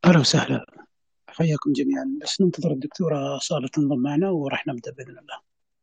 أهلا وسهلا، حياكم جميعا. بس ننتظر الدكتورة صالة تنضم معنا وراح نبدأ بإذن الله.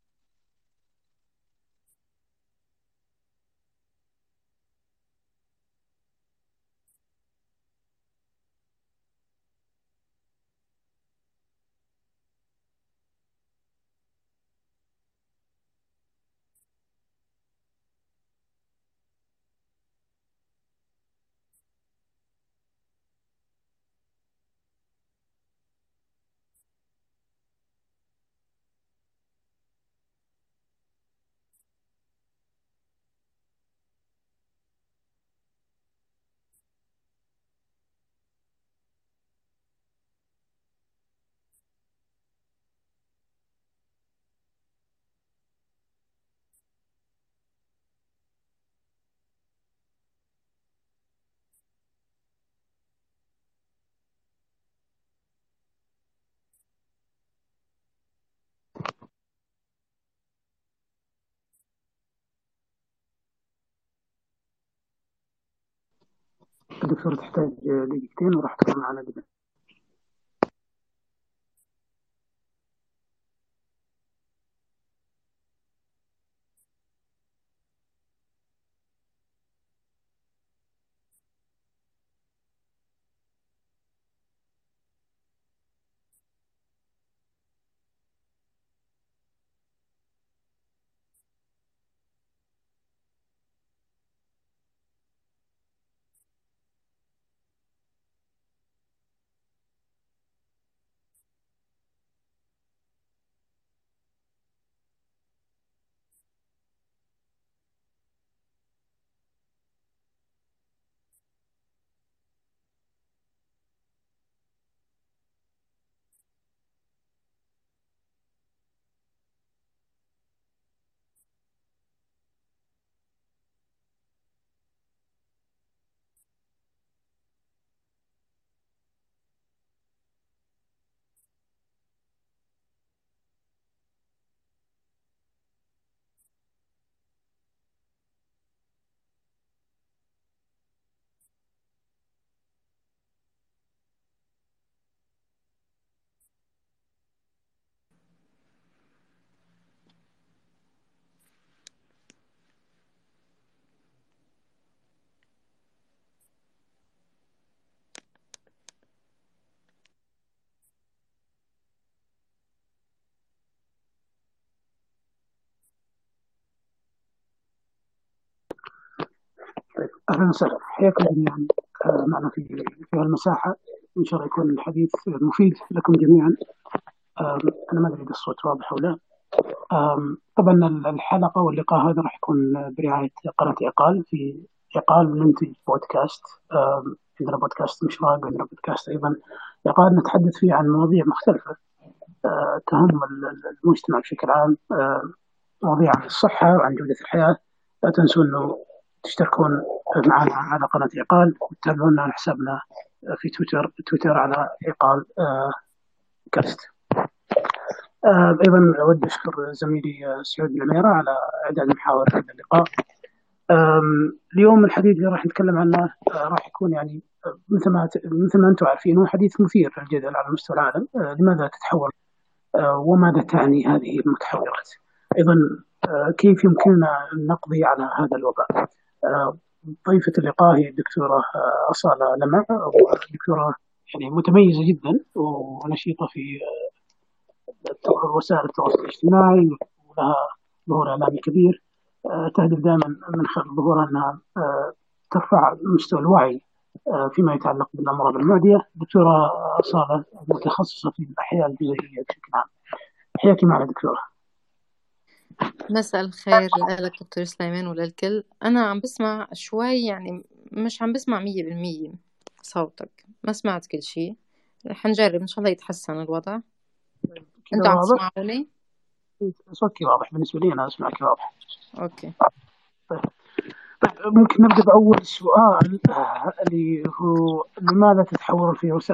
الدكتورة تحتاج دقيقتين وراح تكون معنا دقيقة. طيب، أهلا وسهلا، حياكم جميعا معنا في هالمساحة. إن شاء الله يكون الحديث مفيد لكم جميعا. أنا ما أدري إذا الصوت واضح أو لا. طبعا الحلقة واللقاء هذا راح يكون برعاية قناة عقال. في عقال ننتج بودكاست. عندنا بودكاست مشراق، عندنا بودكاست أيضا عقال نتحدث فيه عن مواضيع مختلفة تهم المجتمع بشكل عام، مواضيع عن الصحة وعن جودة الحياة. لا تنسوا أنه تشتركون معنا على قناة عقال وتتابعونا على حسابنا في تويتر على عقال كاست. أيضا أود أشكر زميلي سعود العميرة على إعداد محاور هذا اللقاء. اليوم الحديث اللي راح نتكلم عنه راح يكون يعني مثل ما أنتم عارفين هو حديث مثير للجدل على مستوى العالم. لماذا تتحول وماذا تعني هذه المتحورات؟ أيضا كيف يمكننا النقضي على هذا الوباء؟ ضيفة اللقاء هي الدكتورة أصالة لمع، دكتورة يعني متميزة جدا ونشيطة في وسائل التواصل الاجتماعي، ولها ظهور إعلامي كبير. تهدف دائما من خلال ظهورها أنها ترفع مستوى الوعي فيما يتعلق بالأمراض المعدية. دكتورة أصالة متخصصة في الأحياء الجزيئية بشكل عام. حياكي معنا دكتورة. مساء الخير لك دكتور سليمان وللكل. أنا عم بسمع شوي، يعني مش عم بسمع 100% صوتك، ما سمعت كل شيء. رح نجرب إن شاء الله يتحسن الوضع. كذا أنتوا عم واضح؟ تسمعوني؟ صوتك واضح بالنسبة لي، أنا أسمعك واضح. أوكي. طيب. ممكن نبدأ بأول سؤال اللي هو لماذا تتحول الفيروسات؟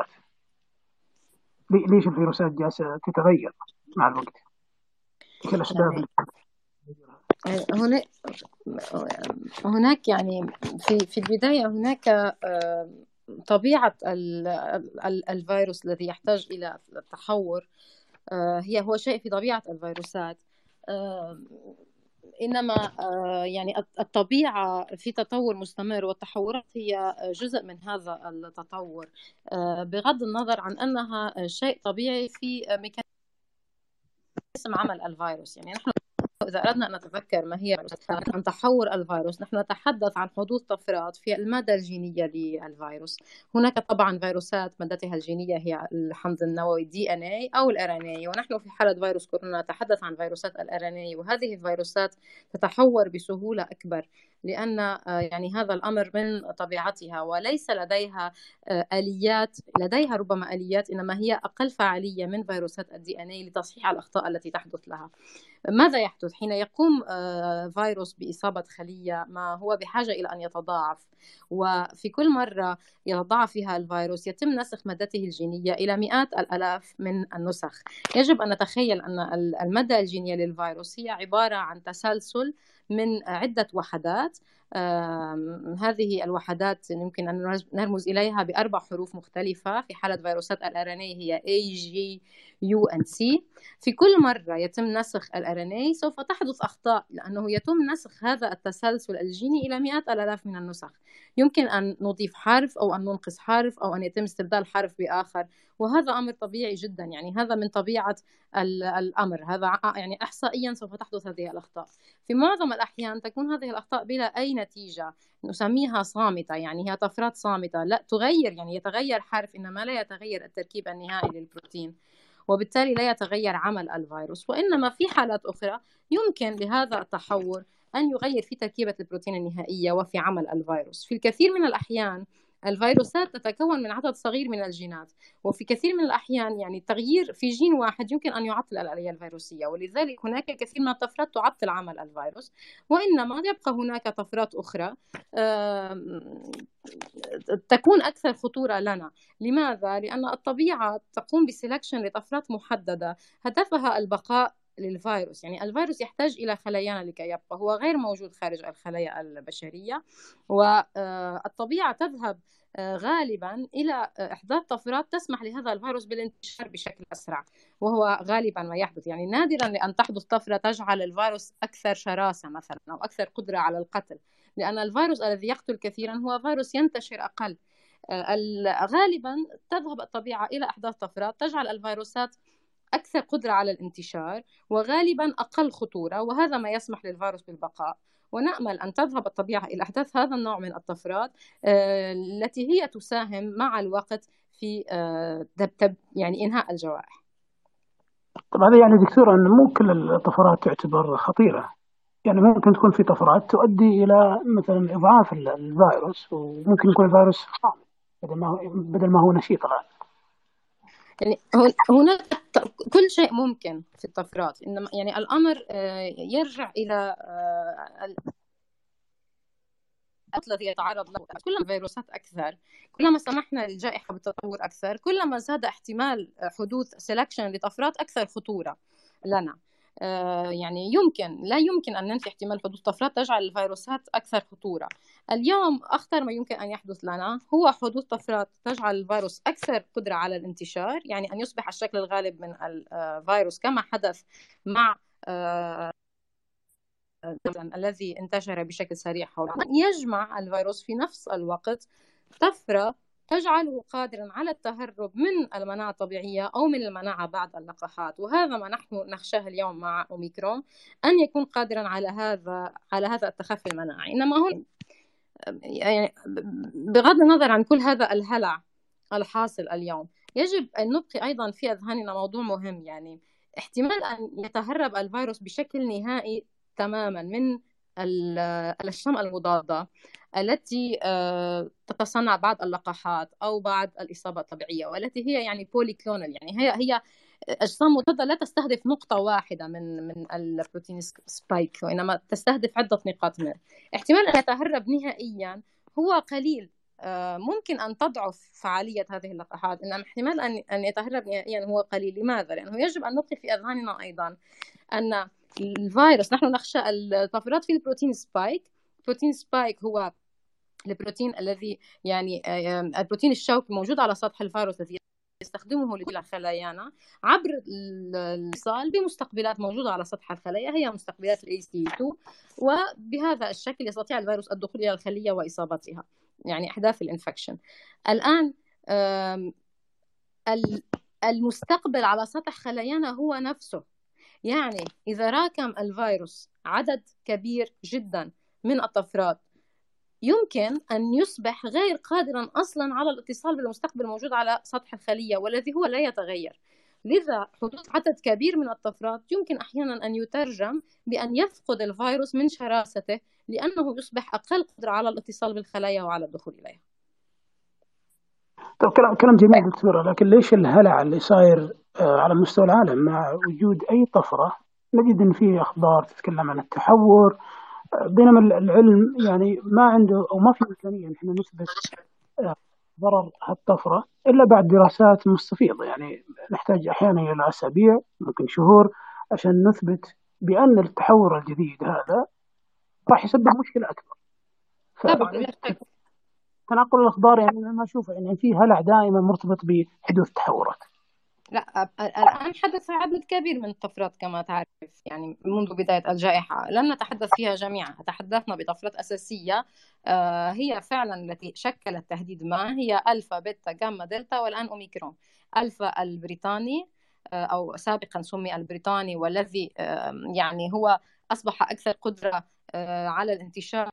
ليش الفيروسات جالسة تتغير مع الوقت؟ ايش الأسباب يعني اللي هناك يعني في البداية هناك طبيعة الفيروس الذي يحتاج إلى التحور هو شيء في طبيعة الفيروسات. إنما يعني الطبيعة في تطور مستمر، والتحورات هي جزء من هذا التطور، بغض النظر عن أنها شيء طبيعي في ميكانيزم عمل الفيروس. يعني نحن إذا أردنا أن نتذكر ما هي عن تحور الفيروس، نحن نتحدث عن حدوث طفرات في المادة الجينية للفيروس. هناك طبعا فيروسات مادتها الجينية هي الحمض النووي DNA أو الRNA، ونحن في حالة فيروس كورونا نتحدث عن فيروسات الRNA، وهذه الفيروسات تتحور بسهولة أكبر لأن يعني هذا الأمر من طبيعتها، وليس لديها آليات، لديها ربما آليات إنما هي أقل فعالية من فيروسات DNA لتصحيح الأخطاء التي تحدث لها. ماذا يحدث حين يقوم فيروس بإصابة خلية ما هو بحاجة إلى أن يتضاعف، وفي كل مرة يتضاعف فيها الفيروس يتم نسخ مادته الجينية إلى مئات الآلاف من النسخ. يجب أن نتخيل أن المادة الجينية للفيروس هي عبارة عن تسلسل من عدة وحدات. هذه الوحدات يمكن أن نرمز إليها بأربع حروف مختلفة. في حالة فيروسات الRNA هي A, G, U and C. في كل مرة يتم نسخ الRNA سوف تحدث أخطاء لأنه يتم نسخ هذا التسلسل الجيني إلى مئات الآلاف من النسخ. يمكن أن نضيف حرف أو أن ننقص حرف أو أن يتم استبدال حرف بآخر، وهذا أمر طبيعي جدا. يعني هذا من طبيعة الأمر، هذا يعني إحصائيا سوف تحدث هذه الأخطاء. في معظم الأحيان تكون هذه الأخطاء بلا أي نتيجة، نسميها صامتة، يعني هي طفرات صامتة لا تغير، يعني يتغير حرف إنما لا يتغير التركيب النهائي للبروتين، وبالتالي لا يتغير عمل الفيروس. وإنما في حالات أخرى يمكن لهذا التحور أن يغير في تركيبة البروتين النهائية وفي عمل الفيروس. في الكثير من الأحيان الفيروسات تتكون من عدد صغير من الجينات، وفي كثير من الأحيان يعني تغيير في جين واحد يمكن أن يعطل الآلية الفيروسية، ولذلك هناك الكثير من الطفرات تعطل عمل الفيروس. وإنما يبقى هناك طفرات أخرى تكون أكثر خطورة لنا. لماذا؟ لأن الطبيعة تقوم بسلكشن لطفرات محددة هدفها البقاء للفيروس. يعني الفيروس يحتاج إلى خلايانا لكي يبقى، هو غير موجود خارج الخلايا البشرية، والطبيعة تذهب غالبا إلى إحداث طفرات تسمح لهذا الفيروس بالانتشار بشكل أسرع، وهو غالبا ما يحدث. يعني نادرا لأن تحدث طفرة تجعل الفيروس أكثر شراسة مثلا أو أكثر قدرة على القتل، لأن الفيروس الذي يقتل كثيرا هو فيروس ينتشر أقل. غالبا تذهب الطبيعة إلى إحداث طفرات تجعل الفيروسات أكثر قدرة على الانتشار وغالبا أقل خطورة، وهذا ما يسمح للفيروس بالبقاء. ونأمل أن تذهب الطبيعة إلى إحداث هذا النوع من الطفرات التي هي تساهم مع الوقت في يعني إنهاء الجوائح. طب هذا يعني دكتورة أن مو كل الطفرات تعتبر خطيرة، يعني ممكن تكون في طفرات تؤدي إلى مثلا إضعاف الفيروس، وممكن يكون الفيروس صامت بدل ما هو نشيط الآن. يعني هناك كل شيء ممكن في الطفرات، إنما يعني الأمر يرجع إلى الذي يتعرض له. كلما الفيروسات أكثر، كلما سمحنا للجائحة بالتطور أكثر، كلما زاد احتمال حدوث سelection لطفرات أكثر خطورة لنا. يعني لا يمكن أن ننفي احتمال حدوث طفرات تجعل الفيروسات أكثر خطورة. اليوم أخطر ما يمكن أن يحدث لنا هو حدوث طفرات تجعل الفيروس أكثر قدرة على الانتشار، يعني أن يصبح الشكل الغالب من الفيروس كما حدث مع الذي انتشر بشكل سريع حول العالم. يجمع الفيروس في نفس الوقت طفرة تجعله قادرا على التهرب من المناعة الطبيعية أو من المناعة بعد اللقاحات، وهذا ما نحن نخشاه اليوم مع أوميكرون، أن يكون قادرا على هذا التخفي المناعي. إنما هو يعني بغض النظر عن كل هذا الهلع الحاصل اليوم، يجب أن نبقي أيضا في أذهاننا موضوع مهم، يعني احتمال أن يتهرب الفيروس بشكل نهائي تماما من الأجسام المضادة التي تتصنع بعد اللقاحات أو بعد الإصابة الطبيعية، والتي هي يعني بولي كلونال، يعني هي أجسام مضادة لا تستهدف نقطة واحدة من البروتين سبايك، وإنما تستهدف عدة نقاط منه. احتمال أن يتهرب نهائيا هو قليل، ممكن أن تضعف فعالية هذه اللقاحات، إنما احتمال أن يتهرب نهائيا هو قليل. لماذا؟ لأنه يجب أن نبقي في أذهاننا أيضا أن الفيروس، نحن نخشى الطفرات في البروتين سبايك. البروتين سبايك هو البروتين الذي يعني البروتين الشوكي موجود على سطح الفيروس الذي يستخدمه لدفع خلايانا عبر الاتصال بمستقبلات موجودة على سطح الخلايا، هي مستقبلات ال ACE2، وبهذا الشكل يستطيع الفيروس الدخول إلى الخلية وإصابتها، يعني إحداث الانفكشن. الآن المستقبل على سطح خلايانا هو نفسه، يعني إذا راكم الفيروس عدد كبير جدا من الطفرات يمكن أن يصبح غير قادرا أصلا على الاتصال بالمستقبل الموجود على سطح الخلية، والذي هو لا يتغير. لذا حدوث عدد كبير من الطفرات يمكن أحيانا أن يترجم بأن يفقد الفيروس من شراسته، لأنه يصبح أقل قدرة على الاتصال بالخلايا وعلى الدخول إليها. طب كلام جميل دكتورة، لكن ليش الهلع اللي صاير على مستوى العالم مع وجود أي طفرة نجد إن فيه أخبار تتكلم عن التحور، بينما العلم يعني ما عنده أو ما في إمكانية نحن نثبت ضرر هالطفرة إلا بعد دراسات مستفيضة، يعني نحتاج أحيانا إلى أسابيع ممكن شهور عشان نثبت بأن التحور الجديد هذا راح يسبب مشكلة أكبر. طبعا لا شك. تناقل الأخبار يعني أنا أشوف يعني في هلع دائما مرتبط بحدوث تحورات. لا، الآن حدث عدد كبير من الطفرات كما تعرف، يعني منذ بداية الجائحة لم نتحدث فيها جميعا، تحدثنا بطفرات أساسية هي فعلا التي شكلت تهديد، ما هي ألفا بيتا جاما دلتا والآن أوميكرون. ألفا البريطاني أو سابقا سمي البريطاني، والذي يعني هو أصبح أكثر قدرة على الانتشار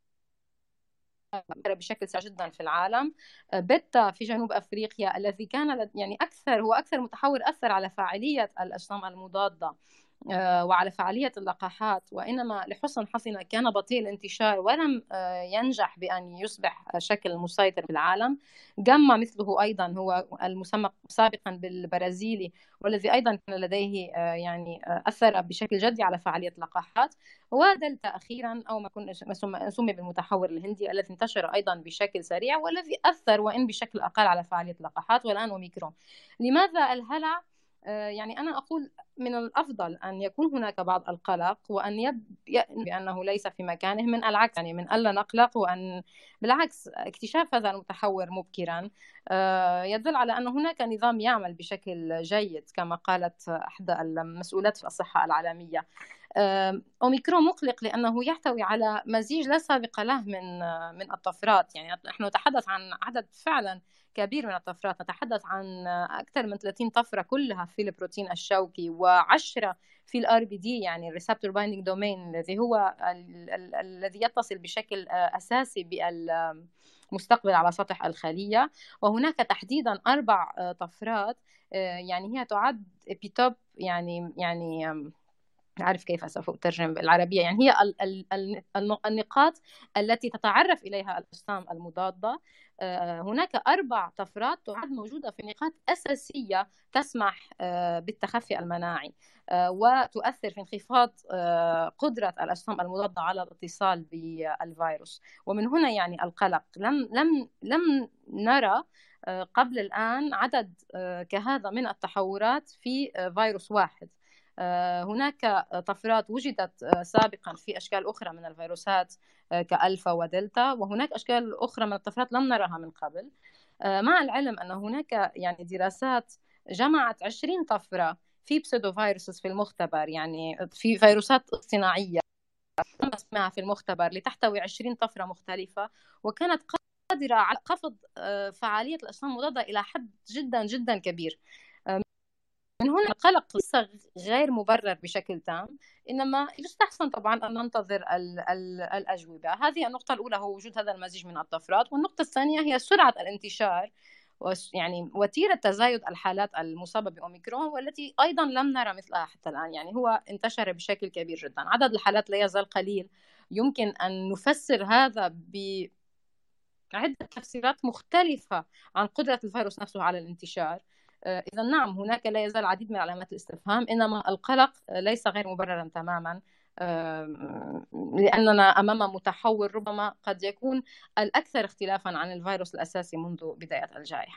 بشكل سريع جدا في العالم. بيتا في جنوب افريقيا الذي كان يعني هو اكثر متحور اثر على فاعليه الاجسام المضاده وعلى فعالية اللقاحات، وإنما لحسن حظنا كان بطيء الانتشار ولم ينجح بأن يصبح شكل مسيطر في العالم. جاما مثله أيضا هو المسمى سابقا بالبرازيلي، والذي أيضا كان لديه يعني أثر بشكل جدي على فعالية اللقاحات. ودلتا أخيرا أو ما سمي بالمتحور الهندي الذي انتشر أيضا بشكل سريع والذي أثر وإن بشكل أقل علل فعالية اللقاحات، والآن أوميكرون. لماذا الهلع؟ يعني أنا أقول من الأفضل أن يكون هناك بعض القلق، وأن بأنه ليس في مكانه، من العكس يعني من ألا نقلق، وأن بالعكس اكتشاف هذا المتحور مبكرا يدل على أن هناك نظام يعمل بشكل جيد كما قالت إحدى المسؤولات في الصحة العالمية. أوميكرون مقلق لأنه يحتوي على مزيج لا سابق له من الطفرات، يعني نحن نتحدث عن عدد فعلا كبير من الطفرات، نتحدث عن أكثر من 30 طفرة كلها في البروتين الشوكي و10 في الار بي دي، يعني الريسبتور بايندينج دومين، الذي هو الذي يتصل بشكل أساسي بالمستقبل على سطح الخلية. وهناك تحديدا 4 طفرات يعني هي تعد ابيتوب، يعني أعرف كيف سوف أترجم بالعربية، يعني هي النقاط التي تتعرف إليها الأجسام المضادة. هناك 4 طفرات تعد موجودة في نقاط أساسية تسمح بالتخفي المناعي وتؤثر في انخفاض قدرة الأجسام المضادة على الاتصال بالفيروس. ومن هنا يعني القلق. لم نرى قبل الآن عدد كهذا من التحورات في فيروس واحد. هناك طفرات وجدت سابقا في أشكال أخرى من الفيروسات كألفا ودلتا، وهناك أشكال أخرى من الطفرات لم نرها من قبل، مع العلم أن هناك يعني دراسات جمعت 20 طفرة في بسودو فيروسز في المختبر، يعني في فيروسات اصطناعية اسمها في المختبر لتحتوي 20 طفرة مختلفة، وكانت قادرة على خفض فعالية الأجسام المضادة إلى حد جدا جدا كبير. من هنا القلق ليس غير مبرر بشكل تام، إنما يستحسن طبعا أن ننتظر الأجوبة. هذه النقطة الأولى، هو وجود هذا المزيج من الطفرات. والنقطة الثانية هي سرعة الانتشار، يعني وتيرة تزايد الحالات المصابة بأوميكرون، والتي أيضا لم نرى مثلها حتى الآن. يعني هو انتشر بشكل كبير جدا، عدد الحالات لا يزال قليل. يمكن أن نفسر هذا بعدة تفسيرات مختلفة عن قدرة الفيروس نفسه على الانتشار. إذا نعم، هناك لا يزال العديد من علامات الاستفهام، إنما القلق ليس غير مبررا تماما، لأننا أمام متحور ربما قد يكون الأكثر اختلافا عن الفيروس الأساسي منذ بداية الجائحة.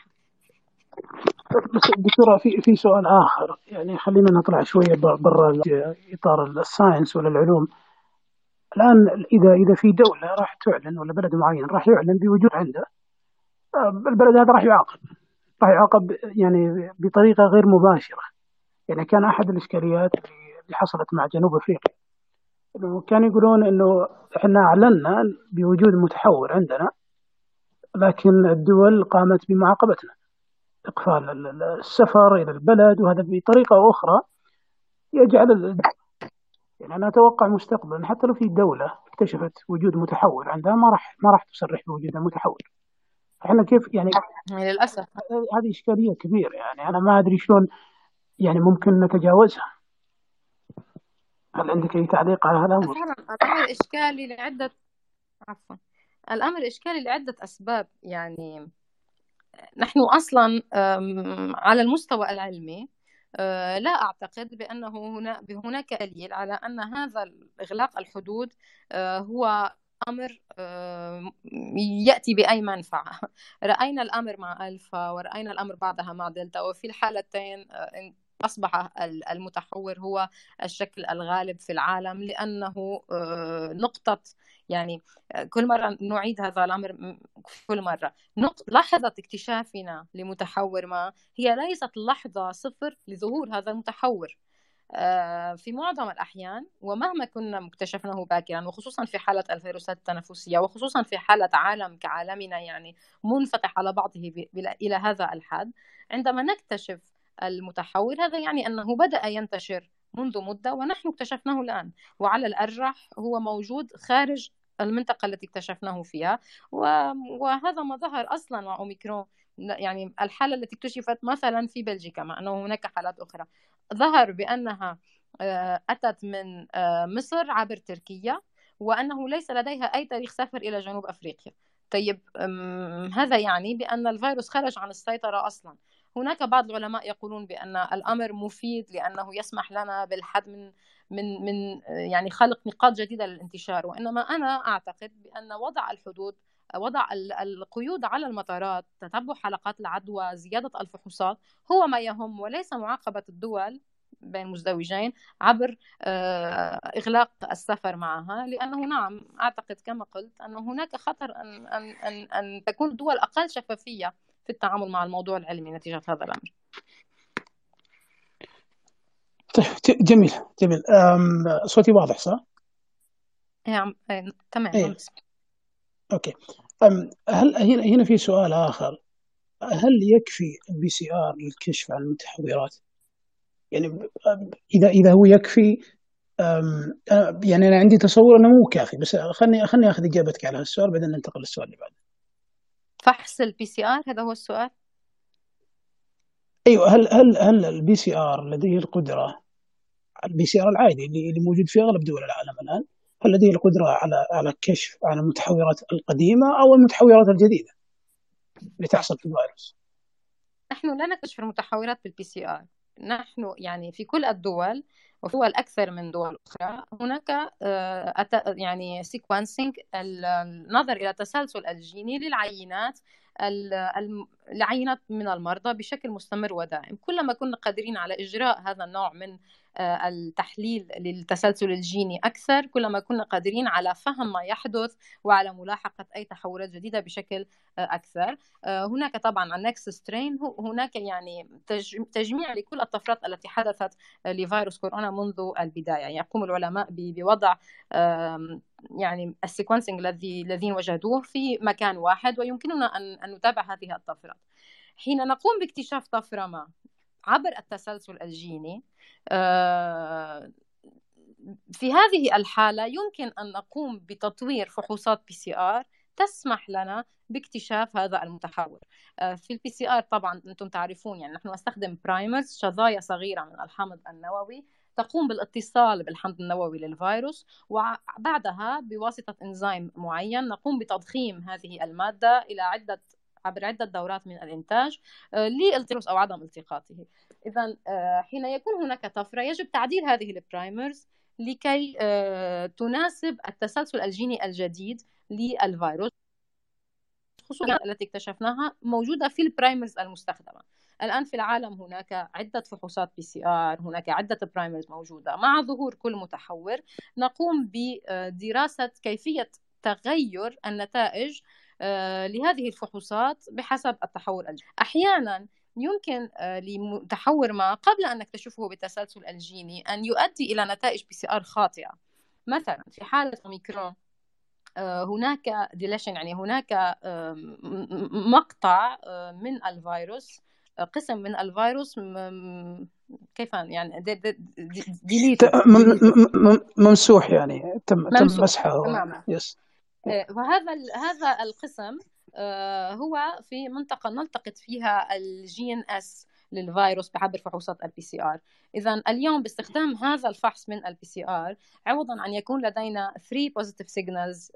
بس دكتورة في سؤال آخر، يعني خلينا نطلع شوية برا إطار الساينس ولا العلوم. الآن إذا في دولة راح تعلن ولا بلد معين راح يعلن بوجود عنده، البلد هذا راح يعاقب يعني بطريقة غير مباشرة. يعني كان أحد الإشكاليات اللي حصلت مع جنوب أفريقيا إنه كانوا يقولون إنه إحنا أعلنا بوجود متحور عندنا، لكن الدول قامت بمعاقبتنا، إقفال السفر إلى البلد، وهذا بطريقة أخرى يجعل يعني أنا أتوقع مستقبلا حتى لو في دولة اكتشفت وجود متحور عندها ما راح تصرح بوجود المتحور. احنا كيف يعني؟ يعني للأسف. هذه إشكالية كبيرة، يعني أنا ما أدري شلون يعني ممكن نتجاوزها. هل عندك أي تعليق على هذا الأمر؟ فعلا الأمر إشكالي لعدة عفوا الأمر إشكالي لعدة أسباب. يعني نحن أصلا على المستوى العلمي لا أعتقد بأنه هناك دليل على أن هذا إغلاق الحدود هو أمر يأتي بأي منفعة. رأينا الأمر مع ألفا ورأينا الأمر بعدها مع دلتا، وفي الحالتين أصبح المتحور هو الشكل الغالب في العالم، لأنه نقطة يعني كل مرة نعيد هذا الأمر. كل مرة لحظة اكتشافنا لمتحور ما هي ليست لحظة صفر لظهور هذا المتحور. في معظم الأحيان ومهما كنا اكتشفناه باكرا، وخصوصا في حالة الفيروسات التنفسية، وخصوصا في حالة عالم كعالمنا يعني منفتح على بعضه إلى هذا الحد، عندما نكتشف المتحور هذا يعني أنه بدأ ينتشر منذ مدة ونحن اكتشفناه الآن، وعلى الأرجح هو موجود خارج المنطقة التي اكتشفناه فيها. وهذا ما ظهر أصلا مع أوميكرون. يعني الحالة التي اكتشفت مثلا في بلجيكا، مع أنه هناك حالات أخرى، ظهر بأنها أتت من مصر عبر تركيا، وأنه ليس لديها أي تاريخ سفر إلى جنوب أفريقيا. طيب هذا يعني بأن الفيروس خرج عن السيطرة أصلا. هناك بعض العلماء يقولون بأن الأمر مفيد لأنه يسمح لنا بالحد من يعني خلق نقاط جديدة للانتشار، وإنما أنا أعتقد بأن وضع القيود على المطارات، تتبع حلقات العدوى، زيادة الفحوصات هو ما يهم، وليس معاقبة الدول بين مزدوجين عبر إغلاق السفر معها. لأنه نعم أعتقد كما قلت أن هناك خطر أن تكون الدول أقل شفافية في التعامل مع الموضوع العلمي نتيجة هذا الأمر. طيب جميل جميل. صوتي واضح صح؟ تمام. أيه. أوكي. هل هنا في سؤال آخر، هل يكفي البي سي آر للكشف عن المتحورات؟ يعني إذا هو يكفي، يعني أنا عندي تصور أنه مو كافي، بس خلني أخذ إجابتك على هالسؤال بعدين ننتقل للسؤال اللي بعده. فحص البي سي آر هذا هو السؤال؟ أيوه. هل البي سي آر لديه القدرة، البي سي آر العادي اللي موجود في أغلب دول العالم الآن، هل لديه القدرة على الكشف عن المتحورات القديمة أو المتحورات الجديدة اللي تحصل في الفيروس؟ نحن لا نكتشف المتحورات بالبي سي آر. نحن يعني في كل الدول وفي دول أكثر من دول أخرى هناك يعني سيكونسينج، النظر إلى التسلسل الجيني للعينات، العينات من المرضى بشكل مستمر ودائم. كلما كنا قادرين على إجراء هذا النوع من التحليل للتسلسل الجيني أكثر، كلما كنا قادرين على فهم ما يحدث وعلى ملاحقة أي تحورات جديدة بشكل أكثر. هناك طبعا النكست سترين، هناك يعني تجميع لكل الطفرات التي حدثت لفيروس كورونا منذ البداية. يعني يقوم العلماء بوضع يعني السيكونسينج الذين وجدوه في مكان واحد، ويمكننا أن نتابع هذه الطفرات. حين نقوم باكتشاف طفرة ما عبر التسلسل الجيني، في هذه الحالة يمكن أن نقوم بتطوير فحوصات بي سي آر تسمح لنا باكتشاف هذا المتحور. في البي سي آر طبعا أنتم تعرفون يعني نحن نستخدم برايمرز، شظايا صغيرة من الحمض النووي تقوم بالاتصال بالحمض النووي للفيروس، وبعدها بواسطة إنزيم معين نقوم بتضخيم هذه المادة عبر عدة دورات من الإنتاج لالتراس أو عدم التقاطه. إذا حين يكون هناك طفرة يجب تعديل هذه البرايمرز لكي تناسب التسلسل الجيني الجديد للفيروس، خصوصا التي اكتشفناها موجودة في البرايمرز المستخدمة. الآن في العالم هناك عدة فحوصات PCR، هناك عدة برايمرز موجودة. مع ظهور كل متحور نقوم بدراسة كيفية تغير النتائج لهذه الفحوصات بحسب التحور الجيني. أحيانا يمكن لمتحور ما قبل أن نكتشفه بالتسلسل الجيني أن يؤدي إلى نتائج PCR خاطئة. مثلا في حالة أوميكرون هناك ديليشن، يعني هناك مقطع من الفيروس، قسم من الفيروس كيف يعني ديليت ممسوح، يعني تم مسحه تماما. يس. وهذا القسم هو في منطقة نلتقط فيها الجين اس للفيروس بعبر فحوصات PCR. إذا اليوم باستخدام هذا الفحص من PCR، عوضا أن يكون لدينا 3 positive signals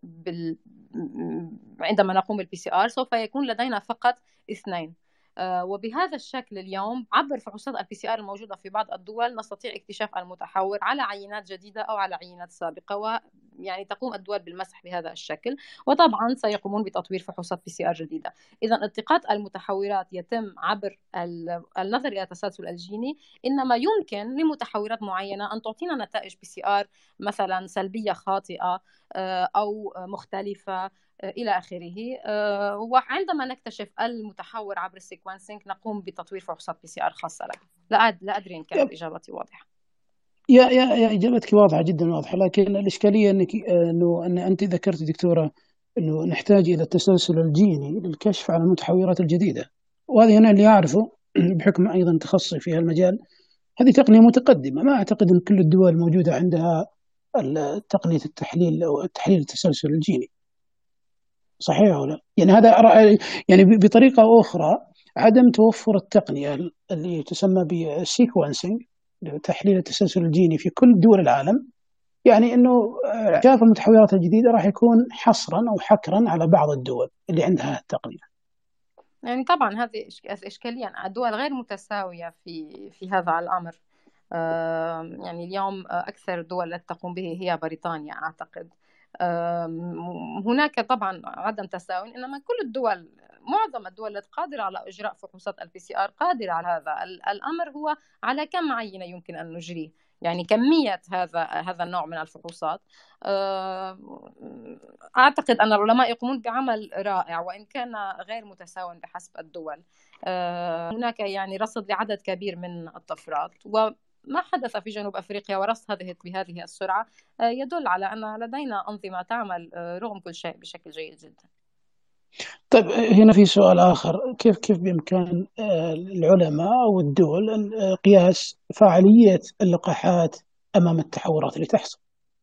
عندما نقوم بالPCR، سوف يكون لدينا فقط 2. وبهذا الشكل اليوم عبر فحوصات PCR الموجودة في بعض الدول نستطيع اكتشاف المتحور على عينات جديدة أو على عينات سابقة، ويعني تقوم الدول بالمسح بهذا الشكل. وطبعا سيقومون بتطوير فحوصات PCR جديدة. إذا التقاط المتحورات يتم عبر النظر إلى التسلسل الجيني، إنما يمكن لمتحورات معينة أن تعطينا نتائج PCR مثلا سلبية خاطئة أو مختلفة إلى آخره. وعندما نكتشف المتحور عبر السيكونسينج نقوم بتطوير فحوصات PCR خاصة له. لا أدري إن كانت إجابتي واضحة. يا إجابتك واضحة جدا واضحة، لكن الإشكالية أن أنت ذكرت دكتورة أنه نحتاج إلى التسلسل الجيني للكشف على المتحورات الجديدة، وهذه أنا اللي أعرفه بحكم أيضا تخصصي في المجال. هذه تقنية متقدمة، ما أعتقد أن كل الدول موجودة عندها تقنية التحليل أو التحليل التسلسل الجيني، صحيح ولا؟ يعني هذا يعني بطريقة أخرى عدم توفر التقنية اللي تسمى بالسيكونسينج لتحليل التسلسل الجيني في كل دول العالم، يعني أنه اكتشاف المتحورات الجديدة راح يكون حصرا أو حكرا على بعض الدول اللي عندها التقنية. يعني طبعا هذه إشكالية، الدول غير متساوية في هذا الأمر. يعني اليوم أكثر الدول التي تقوم به هي بريطانيا أعتقد. هناك طبعا عدم تساوي، إنما كل الدول، معظم الدول التي قادرة على إجراء فحوصات PCR قادرة على هذا. الأمر هو على كم عينة يمكن أن نجريه، يعني كمية هذا النوع من الفحوصات. أعتقد أن العلماء يقومون بعمل رائع وإن كان غير متساو بحسب الدول. هناك يعني رصد لعدد كبير من الطفرات، وما حدث في جنوب أفريقيا ورصد بهذه السرعة يدل على أن لدينا أنظمة تعمل رغم كل شيء بشكل جيد جدا. طيب هنا في سؤال آخر، كيف بإمكان العلماء أو الدول قياس فاعلية اللقاحات أمام التحورات اللي تحصل؟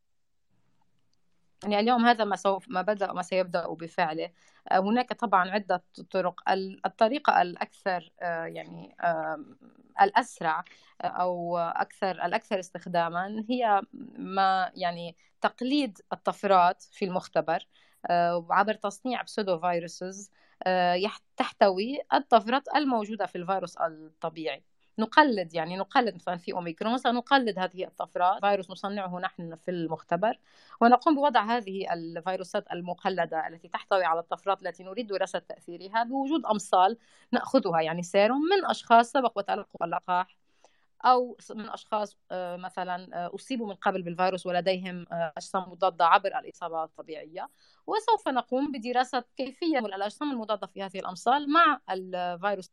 يعني اليوم هذا ما بدأ وما سيبدأ بفعله. هناك طبعا عدة طرق. الطريقة الأكثر يعني الأسرع أو الأكثر استخداما هي ما يعني تقليد الطفرات في المختبر عبر تصنيع بسودو فيروسز تحتوي الطفرات الموجودة في الفيروس الطبيعي. نقلد مثلا في أوميكرون سنقلد هذه الطفرات، فيروس نصنعه نحن في المختبر، ونقوم بوضع هذه الفيروسات المقلدة التي تحتوي على الطفرات التي نريد دراسة تأثيرها بوجود أمصال نأخذها، يعني سيروم من أشخاص سبق وتلقوا اللقاح أو من أشخاص مثلا أصيبوا من قبل بالفيروس ولديهم أجسام مضادة عبر الإصابة الطبيعية، وسوف نقوم بدراسة كيفية الأجسام المضادة في هذه الأمصال مع الفيروس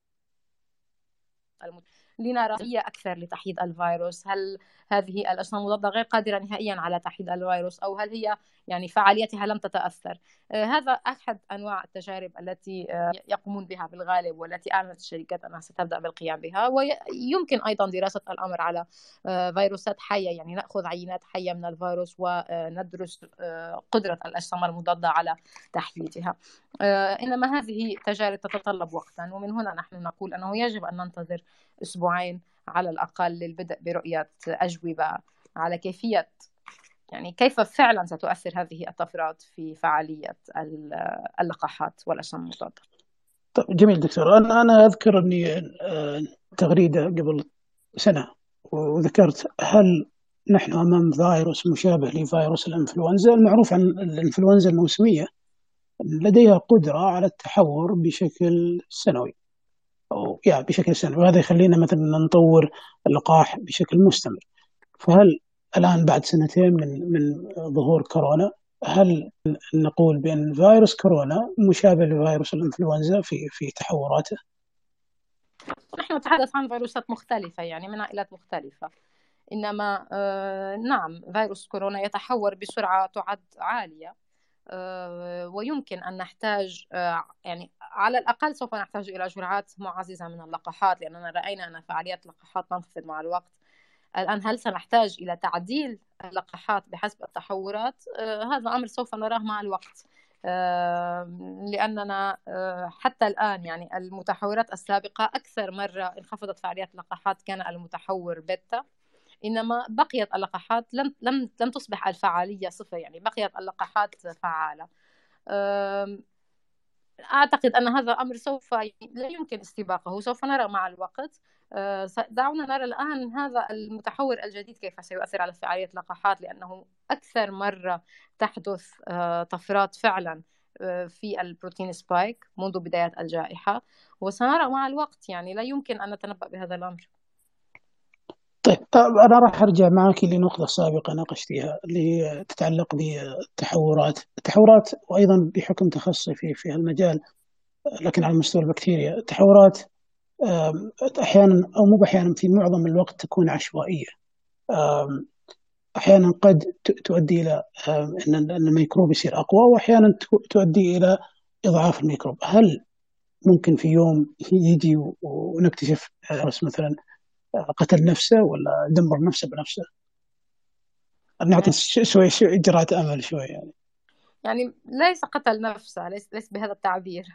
لنرى هي أكثر لتحييد الفيروس. هل هذه الأجسام المضادة غير قادرة نهائيا على تحييد الفيروس، أو هل هي يعني فعاليتها لم تتأثر؟ هذا أحد أنواع التجارب التي يقومون بها بالغالب، والتي أعلنت الشركات أنها ستبدأ بالقيام بها. ويمكن أيضا دراسة الأمر على فيروسات حية، يعني نأخذ عينات حية من الفيروس وندرس قدرة الأجسام المضادة على تحييدها. إنما هذه تجارب تتطلب وقتا، ومن هنا نحن نقول أنه يجب أن ننتظر أسبوعين على الأقل للبدء برؤية أجوبة على كيفية، يعني كيف فعلا ستؤثر هذه الطفرات في فعالية اللقاحات والأجسام المضادة. طيب جميل دكتور، أنا أذكر أني تغريدة قبل سنة وذكرت هل نحن أمام فيروس مشابه لفيروس الإنفلونزا. المعروف عن الإنفلونزا الموسمية لديها قدرة على التحور بشكل سنوي أو بشكل سنوي، وهذا يخلينا مثلا نطور اللقاح بشكل مستمر. فهل الآن بعد سنتين من ظهور كورونا، هل نقول بأن فيروس كورونا مشابه لفيروس الإنفلونزا في تحوراته؟ نحن نتحدث عن فيروسات مختلفة يعني من عائلات مختلفة، إنما نعم فيروس كورونا يتحور بسرعة تعد عالية، ويمكن أن نحتاج يعني على الأقل سوف نحتاج إلى جرعات معززة من اللقاحات، لأننا رأينا أن فعاليات اللقاحات تنخفض مع الوقت. الآن هل سنحتاج إلى تعديل اللقاحات بحسب التحورات؟ هذا أمر سوف نراه مع الوقت، لأننا حتى الآن يعني المتحورات السابقة أكثر مرة انخفضت فعاليات اللقاحات كان المتحور بيتا، إنما بقيت اللقاحات لم تصبح الفعالية صفر، يعني بقيت اللقاحات فعالة. أعتقد أن هذا أمر سوف لا يمكن استباقه، سوف نرى مع الوقت. دعونا نرى الآن هذا المتحور الجديد كيف سيؤثر على فعالية اللقاحات، لأنه أكثر مرة تحدث طفرات فعلا في البروتين سبايك منذ بداية الجائحة، وسنرى مع الوقت، يعني لا يمكن أن نتنبأ بهذا الأمر. طيب أنا راح أرجع معك لنقطة سابقة ناقشتها اللي تتعلق بالتحورات وأيضا بحكم تخصصي في هالمجال، لكن على مستوى البكتيريا التحورات أحيانا أو مو أحيانا، في معظم الوقت تكون عشوائية. أحيانا قد تؤدي إلى أن الميكروب يصير أقوى، وأحيانا تؤدي إلى إضعاف الميكروب. هل ممكن في يوم يجي ونكتشف مثلا قتل نفسه ولا دمر نفسه بنفسه؟ نعطي شوي إجراءات أمل شوي يعني ليس قتل نفسه، ليس بهذا التعبير.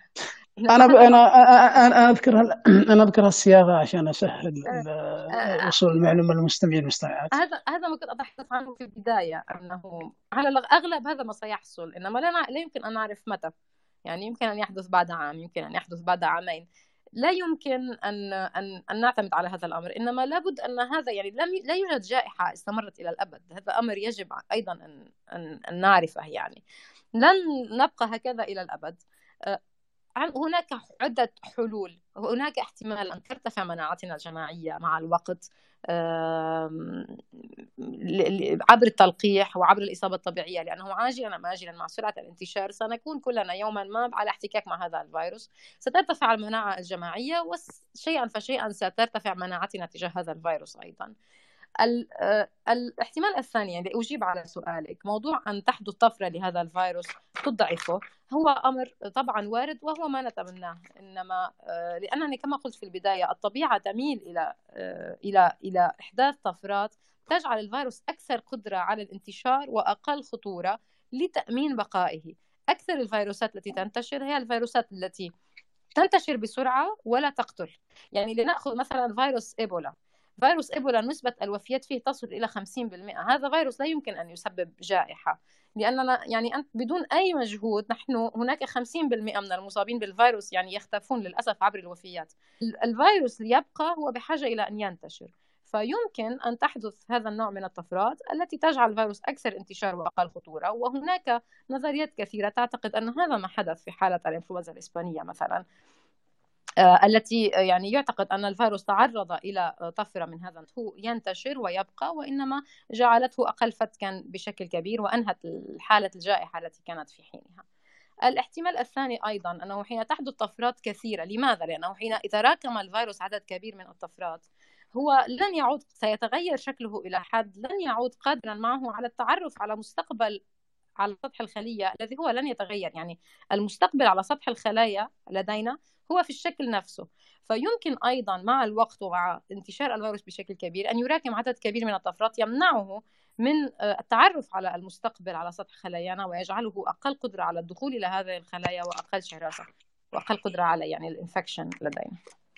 أنا أذكر الصياغة عشان أسهل وصول المعلومة للمستمعين والمستمعات. هذا ما كنت أتحدث عنه في البداية، أنه على الأغلب هذا ما سيحصل، إنما لا يمكن أن نعرف متى. يعني يمكن أن يحدث بعد عام، يمكن أن يحدث بعد عامين، لا يمكن أن نعتمد على هذا الأمر. إنما لابد أن هذا يعني لا يوجد جائحة استمرت إلى الأبد، هذا أمر يجب أيضا أن نعرفه. يعني لن نبقى هكذا إلى الأبد. هناك عدة حلول. هناك احتمال أن ترتفع مناعتنا الجماعية مع الوقت عبر التلقيح وعبر الإصابة الطبيعية، لأنه عاجلا أم آجلا مع سرعة الانتشار سنكون كلنا يوما ما على احتكاك مع هذا الفيروس. سترتفع المناعة الجماعية، وشيئا فشيئا سترتفع مناعتنا تجاه هذا الفيروس أيضا. الاحتمال الثاني، يعني أجيب على سؤالك، موضوع أن تحدث طفرة لهذا الفيروس تضعفه، هو أمر طبعا وارد وهو ما نتمناه. إنما لأنني كما قلت في البداية الطبيعة تميل إلى إحداث طفرات تجعل الفيروس أكثر قدرة على الانتشار وأقل خطورة لتأمين بقائه. أكثر الفيروسات التي تنتشر هي الفيروسات التي تنتشر بسرعة ولا تقتل. يعني لنأخذ مثلا فيروس إيبولا. فيروس إيبولا نسبة الوفيات فيه تصل إلى 50%. هذا فيروس لا يمكن أن يسبب جائحة، لأننا يعني بدون أي مجهود نحن هناك 50% من المصابين بالفيروس يعني يختفون للأسف عبر الوفيات. الفيروس يبقى هو بحاجة إلى أن ينتشر، فيمكن أن تحدث هذا النوع من الطفرات التي تجعل الفيروس أكثر انتشار وأقل خطورة. وهناك نظريات كثيرة تعتقد أن هذا ما حدث في حالة الإنفلونزا الإسبانية مثلا، التي يعني يعتقد أن الفيروس تعرض إلى طفرة من هذا ينتشر ويبقى، وإنما جعلته أقل فتكا بشكل كبير وأنهت حالة الجائحة التي كانت في حينها. الاحتمال الثاني أيضا أنه حين تحدث طفرات كثيرة، لماذا؟ لأنه حين تراكم الفيروس عدد كبير من الطفرات هو لن يعود، سيتغير شكله إلى حد لن يعود قادرا معه على التعرف على مستقبل على سطح الخلية الذي هو لن يتغير. يعني المستقبل على سطح الخلايا لدينا هو في الشكل نفسه. فيمكن أيضا مع الوقت ومع انتشار الفيروس بشكل كبير أن يراكم عدد كبير من الطفرات يمنعه من التعرف على المستقبل على سطح خلايانا، ويجعله أقل قدرة على الدخول إلى هذه الخلايا وأقل شراسة وأقل قدرة على يعني الانفكشن لدينا.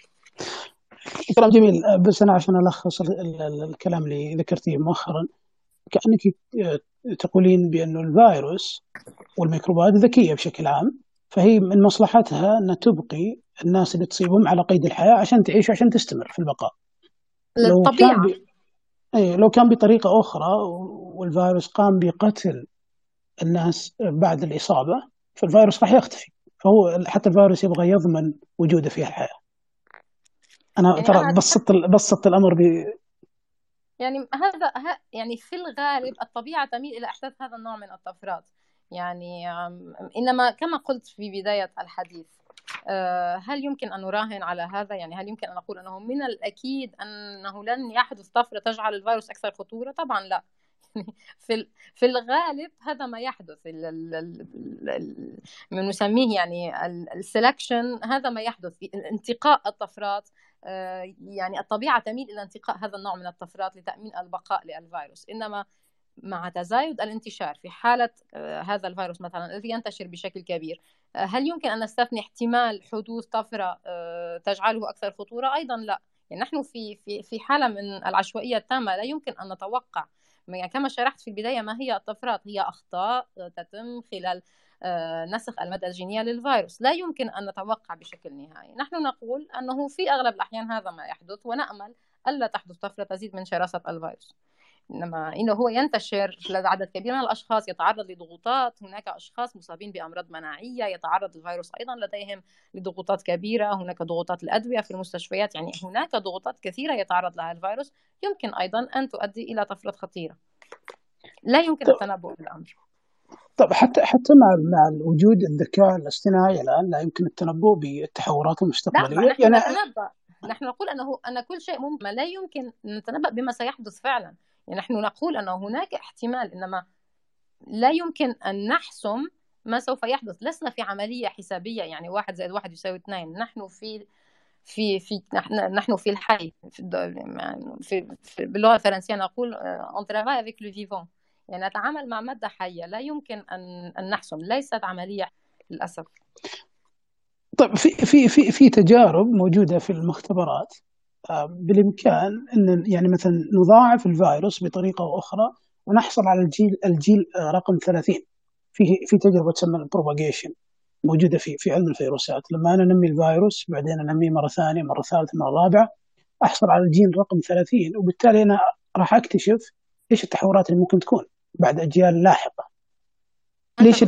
كلام جميل، بس أنا عشان ألخص الكلام اللي ذكرتيه مؤخرا، كأنك تقولين بأنه الفيروس والميكروبات ذكية بشكل عام، فهي من مصلحتها أن تبقي الناس اللي تصيبهم على قيد الحياة عشان تعيش وعشان تستمر في البقاء. لو كان بطريقة أخرى والفيروس قام بقتل الناس بعد الإصابة، فالفيروس راح يختفي. فهو حتى الفيروس يبغى يضمن وجوده في الحياة. أنا يعني ترى أنا بسطت الأمر يعني يعني في الغالب الطبيعة تميل إلى إحداث هذا النوع من الطفرات. يعني إنما كما قلت في بداية الحديث، هل يمكن أن نراهن على هذا؟ يعني هل يمكن أن نقول أنه من الأكيد أنه لن يحدث طفرة تجعل الفيروس أكثر خطورة؟ طبعا لا. في الغالب هذا ما يحدث، ما نسميه يعني السلكشن، هذا ما يحدث، انتقاء الطفرات. يعني الطبيعة تميل إلى انتقاء هذا النوع من الطفرات لتأمين البقاء للفيروس. إنما مع تزايد الانتشار في حالة هذا الفيروس مثلا الذي ينتشر بشكل كبير، هل يمكن أن نستثني احتمال حدوث طفرة تجعله أكثر خطورة؟ أيضا لا. يعني نحن في حالة من العشوائية التامة، لا يمكن أن نتوقع. يعني كما شرحت في البداية، ما هي الطفرات؟ هي أخطاء تتم خلال نسخ المادة الجينية للفيروس، لا يمكن أن نتوقع بشكل نهائي. نحن نقول أنه في أغلب الأحيان هذا ما يحدث، ونأمل ألا تحدث طفرة تزيد من شراسة الفيروس. إنما إنه هو ينتشر لدى عدد كبير من الأشخاص، يتعرض لضغوطات. هناك أشخاص مصابين بأمراض مناعية يتعرض الفيروس أيضا لديهم لضغوطات كبيرة. هناك ضغوطات الأدوية في المستشفيات، يعني هناك ضغوطات كثيرة يتعرض لها الفيروس، يمكن أيضا أن تؤدي إلى طفرة خطيرة. لا يمكن التنبؤ بالأمر. طب حتى مع وجود الذكاء الاصطناعي الآن لا يمكن التنبؤ بالتحورات لا، المستقبلية نحن يعني. نتنبأ. نحن نقول أن كل شيء ممكن، لا يمكن نتنبأ بما سيحدث فعلا. يعني نحن نقول أنه هناك احتمال، إنما لا يمكن أن نحسم ما سوف يحدث. لسنا في عملية حسابية، يعني 1+1=2. نحن نحن في الحي، باللغة الفرنسية نقول on travaille avec le vivant، يعني نتعامل مع مادة حية. لا يمكن أن نحسم، ليست عملية للأسف. طيب في تجارب موجودة في المختبرات، بالإمكان أن يعني مثلا نضاعف الفيروس بطريقة أو أخرى ونحصل على الجيل رقم 30. في تجربة تسمى البروباجيشن موجودة في علم الفيروسات. لما أنا أنمي الفيروس بعدين أنميه مرة ثانية مرة ثالثة مرة رابعة، أحصل على الجيل رقم 30، وبالتالي أنا راح أكتشف إيش التحورات اللي ممكن تكون بعد أجيال لاحقة. ليش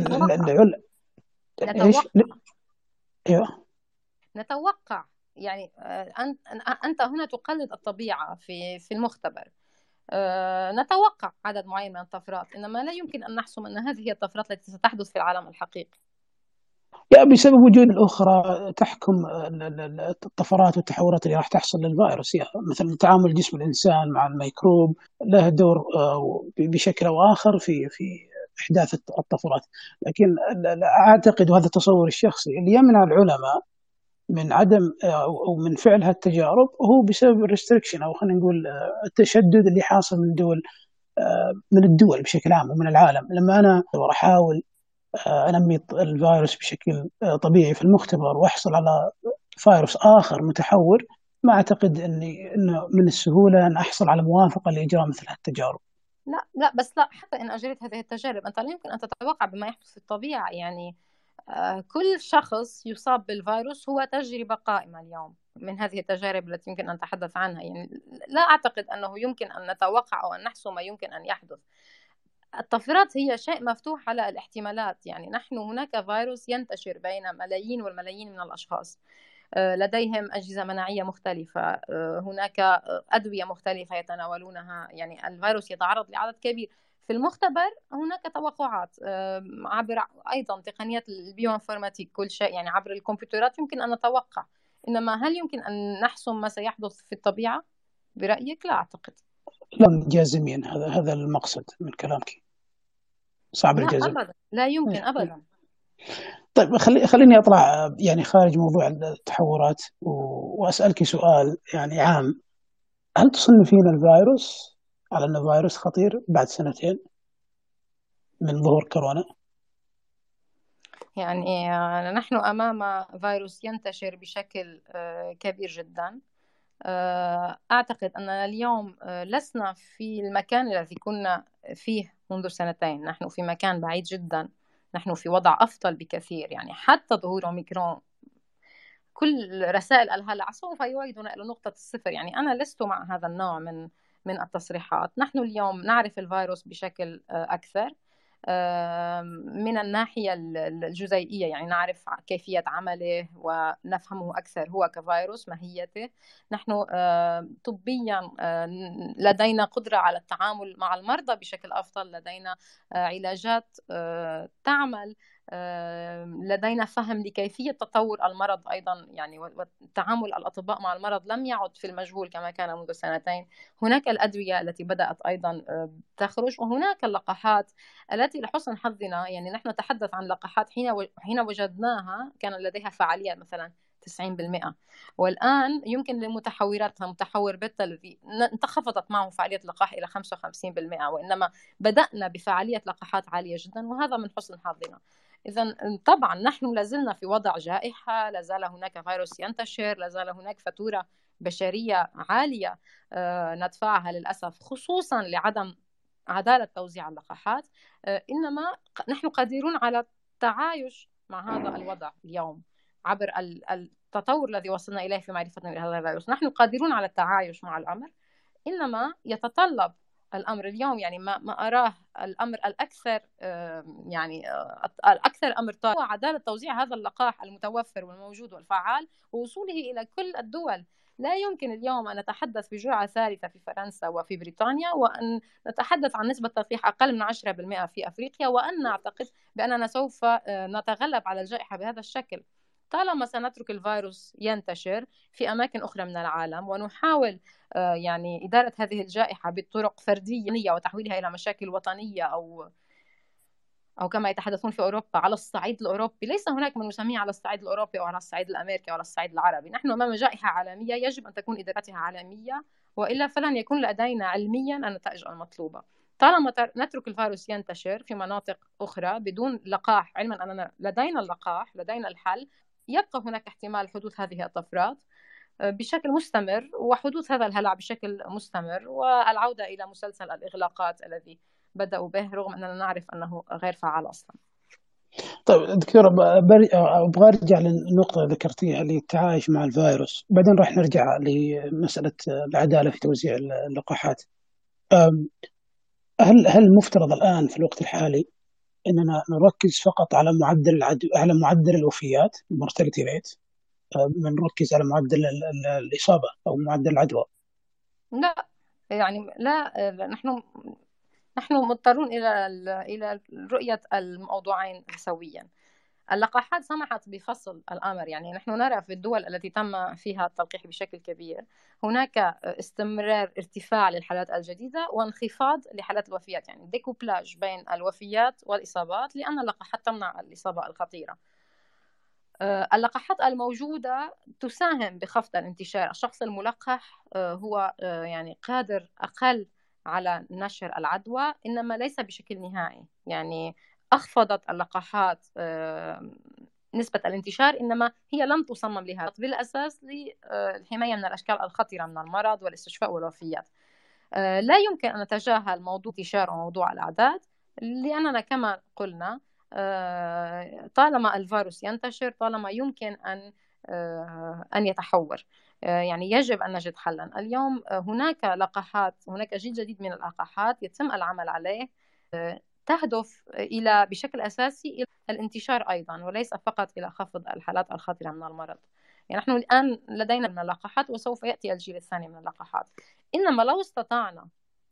إيش أيوه نتوقع. يعني أنت هنا تقلد الطبيعة في المختبر. نتوقع عدد معين من الطفرات، إنما لا يمكن أن نحسم أن هذه هي الطفرات التي ستحدث في العالم الحقيقي. بسبب وجود الأخرى تحكم الطفرات والتحورات اللي راح تحصل للفيروس. يعني مثلا تعامل جسم الإنسان مع الميكروب له دور بشكل أو آخر في إحداث الطفرات. لكن أعتقد، وهذا تصور الشخصي، اللي يمنع العلماء من عدم أو من فعل هالتجارب هو بسبب الريستريكشن، أو خلينا نقول التشدد اللي حاصل من الدول بشكل عام ومن العالم. لما أنا أحاول أنمي الفيروس بشكل طبيعي في المختبر وأحصل على فيروس آخر متحور، ما أعتقد إنه من السهولة أن أحصل على موافقة لإجراء مثل هالتجارب. لا بس لا، حتى إن أجريت هذه التجارب أنت لا يمكن أن تتوقع بما يحدث في الطبيعة. يعني كل شخص يصاب بالفيروس هو تجربة قائمة اليوم من هذه التجارب التي يمكن أن نتحدث عنها. يعني لا أعتقد أنه يمكن أن نتوقع أو أن نحسم ما يمكن أن يحدث. الطفرات هي شيء مفتوح على الاحتمالات. يعني نحن هناك فيروس ينتشر بين ملايين والملايين من الأشخاص، لديهم أجهزة مناعية مختلفة، هناك أدوية مختلفة يتناولونها. يعني الفيروس يتعرض لعدد كبير. في المختبر هناك توقعات عبر أيضا تقنيات البيوانفورماتيك، كل شيء يعني عبر الكمبيوترات يمكن أن نتوقع. إنما هل يمكن أن نحسم ما سيحدث في الطبيعة برأيك؟ لا أعتقد. لا جازمين، هذا المقصد من كلامك، صعب لا الجزم. أبدا، لا يمكن أبدا. طيب خليني أطلع يعني خارج موضوع التحورات وأسألك سؤال يعني عام. هل تصنفين الفيروس على أنه فيروس خطير بعد 2 من ظهور كورونا؟ يعني نحن أمام فيروس ينتشر بشكل كبير جدا. أعتقد أننا اليوم لسنا في المكان الذي كنا فيه منذ 2 نحن في مكان بعيد جدا. نحن في وضع أفضل بكثير. يعني حتى ظهور أوميكرون، كل رسائل الهلع سوف يعيدنا إلى نقطة الصفر. يعني أنا لست مع هذا النوع من التصريحات. نحن اليوم نعرف الفيروس بشكل أكثر. من الناحية الجزيئية، يعني نعرف كيفية عمله ونفهمه أكثر هو كفيروس ماهيته. نحن طبيا لدينا قدرة على التعامل مع المرضى بشكل أفضل، لدينا علاجات تعمل، لدينا فهم لكيفية تطور المرض أيضا، يعني والتعامل الأطباء مع المرض لم يعد في المجهول كما كان منذ سنتين. هناك الأدوية التي بدأت أيضا تخرج، وهناك اللقاحات التي لحسن حظنا، يعني نحن نتحدث عن لقاحات حين وجدناها كان لديها فعالية مثلا 90%، والآن يمكن لمتحوراتها متحور بيتا الذي انخفضت معه فعالية اللقاح إلى 55%، وإنما بدأنا بفعالية لقاحات عالية جدا، وهذا من حسن حظنا. إذا طبعا نحن لازلنا في وضع جائحة، لازال هناك فيروس ينتشر، لازال هناك فاتورة بشرية عالية ندفعها للأسف، خصوصا لعدم عدالة توزيع اللقاحات. إنما نحن قادرون على التعايش مع هذا الوضع اليوم عبر التطور الذي وصلنا إليه في معرفتنا بهذا الفيروس. نحن قادرون على التعايش مع الأمر، إنما يتطلب الأمر اليوم، يعني ما أراه الأمر الأكثر يعني الأكثر أمر طارئ هو عدالة توزيع هذا اللقاح المتوفر والموجود والفعال ووصوله إلى كل الدول. لا يمكن اليوم أن نتحدث بجرعة ثالثة في فرنسا وفي بريطانيا، وأن نتحدث عن نسبة تلقيح أقل من 10% في أفريقيا، وأن نعتقد بأننا سوف نتغلب على الجائحة بهذا الشكل. طالما سنترك الفيروس ينتشر في أماكن أخرى من العالم ونحاول يعني إدارة هذه الجائحة بطرق فردية وتحويلها إلى مشاكل وطنية أو كما يتحدثون في أوروبا على الصعيد الأوروبي، ليس هناك من يسميه على الصعيد الأوروبي أو على الصعيد الأمريكي أو على الصعيد العربي. نحن أمام جائحة عالمية يجب أن تكون إدارتها عالمية، وإلا فلن يكون لدينا علميا النتائج المطلوبة. طالما نترك الفيروس ينتشر في مناطق أخرى بدون لقاح، علما أننا لدينا اللقاح لدينا الحل، يبقى هناك احتمال حدوث هذه الطفرات بشكل مستمر وحدوث هذا الهلع بشكل مستمر والعودة إلى مسلسل الإغلاقات الذي بدأوا به، رغم أننا نعرف أنه غير فعال أصلا. طيب دكتورة، أبغى أرجع للنقطة اللي ذكرتيها اللي التعايش مع الفيروس، بعدين راح نرجع لمسألة العدالة في توزيع اللقاحات. هل المفترض الآن في الوقت الحالي أننا نركز فقط على على معدل الوفيات المورتاليتي ريت، ما نركز على معدل الإصابة أو معدل العدوى؟ لا، يعني لا، نحن مضطرون إلى رؤية الموضوعين سويا. اللقاحات سمحت بفصل الأمر، يعني نحن نرى في الدول التي تم فيها التلقيح بشكل كبير هناك استمرار ارتفاع للحالات الجديدة وانخفاض لحالات الوفيات، يعني ديكوبلاج بين الوفيات والإصابات، لأن اللقاحات تمنع الإصابة الخطيرة. اللقاحات الموجودة تساهم بخفض الانتشار. الشخص الملقح هو يعني قادر أقل على نشر العدوى، إنما ليس بشكل نهائي. يعني أخفضت اللقاحات نسبة الانتشار، إنما هي لم تصمم لها بالأساس للحماية من الأشكال الخطيرة من المرض والاستشفاء والوفيات. لا يمكن أن نتجاهل موضوع الانتشار وموضوع الأعداد، لأننا كما قلنا طالما الفيروس ينتشر، طالما يمكن أن يتحور، يعني يجب أن نجد حلا. اليوم هناك لقاحات، هناك جيل جديد من اللقاحات يتم العمل عليه، تهدف إلى بشكل أساسي إلى الانتشار أيضا، وليس فقط إلى خفض الحالات الخطيرة من المرض. يعني نحن الآن لدينا من اللقاحات وسوف يأتي الجيل الثاني من اللقاحات. إنما لو استطعنا،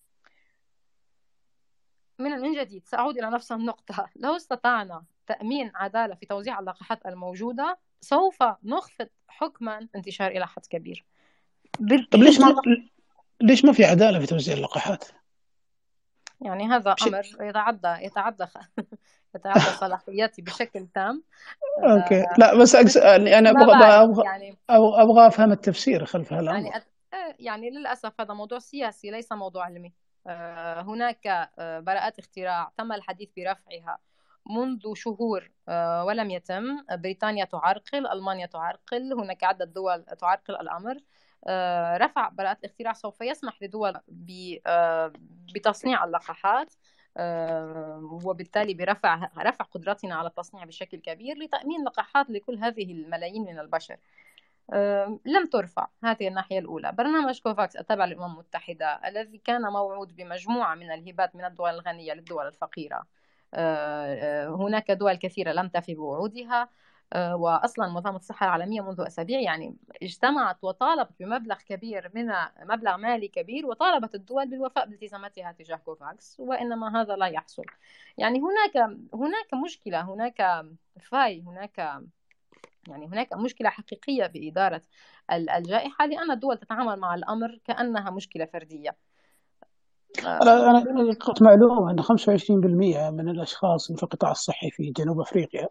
من جديد سأعود إلى نفس النقطة، لو استطعنا تأمين عدالة في توزيع اللقاحات الموجودة سوف نخفض حكما انتشار إلى حد كبير. طب ليش ما في عدالة في توزيع اللقاحات؟ يعني هذا أمر يتعدى صلاحياتي بشكل تام. أوكي، لا بس يعني أبغى أفهم التفسير خلف هالأمر. يعني للأسف هذا موضوع سياسي ليس موضوع علمي. هناك براءات اختراع تم الحديث برفعها منذ شهور ولم يتم. بريطانيا تعرقل، ألمانيا تعرقل، هناك عدة دول تعرقل الأمر. رفع براءة الاختراع سوف يسمح لدول بتصنيع اللقاحات، وبالتالي رفع قدرتنا على التصنيع بشكل كبير لتأمين لقاحات لكل هذه الملايين من البشر. لم ترفع هذه الناحية الأولى. برنامج كوفاكس التابع للأمم المتحدة الذي كان موعود بمجموعة من الهبات من الدول الغنية للدول الفقيرة هناك دول كثيرة لم تفي بوعودها. وأصلا منظمة الصحة العالمية منذ أسابيع يعني اجتمعت وطالبت بمبلغ كبير مبلغ مالي كبير، وطالبت الدول بالوفاء بالتزاماتها تجاه كوفاكس، وإنما هذا لا يحصل. يعني هناك مشكلة، هناك هناك مشكلة حقيقية بإدارة الجائحة، لأن الدول تتعامل مع الأمر كأنها مشكلة فردية. أنا قرأت معلومة أن 25% من الأشخاص في القطاع الصحي في جنوب أفريقيا،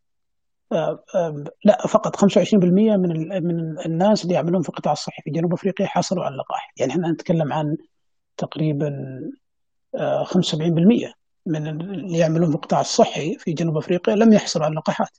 لا فقط 25% من الناس اللي يعملون في القطاع الصحي في جنوب أفريقيا حصلوا على اللقاح. يعني احنا نتكلم عن تقريبا 75% من اللي يعملون في القطاع الصحي في جنوب أفريقيا لم يحصلوا على اللقاحات.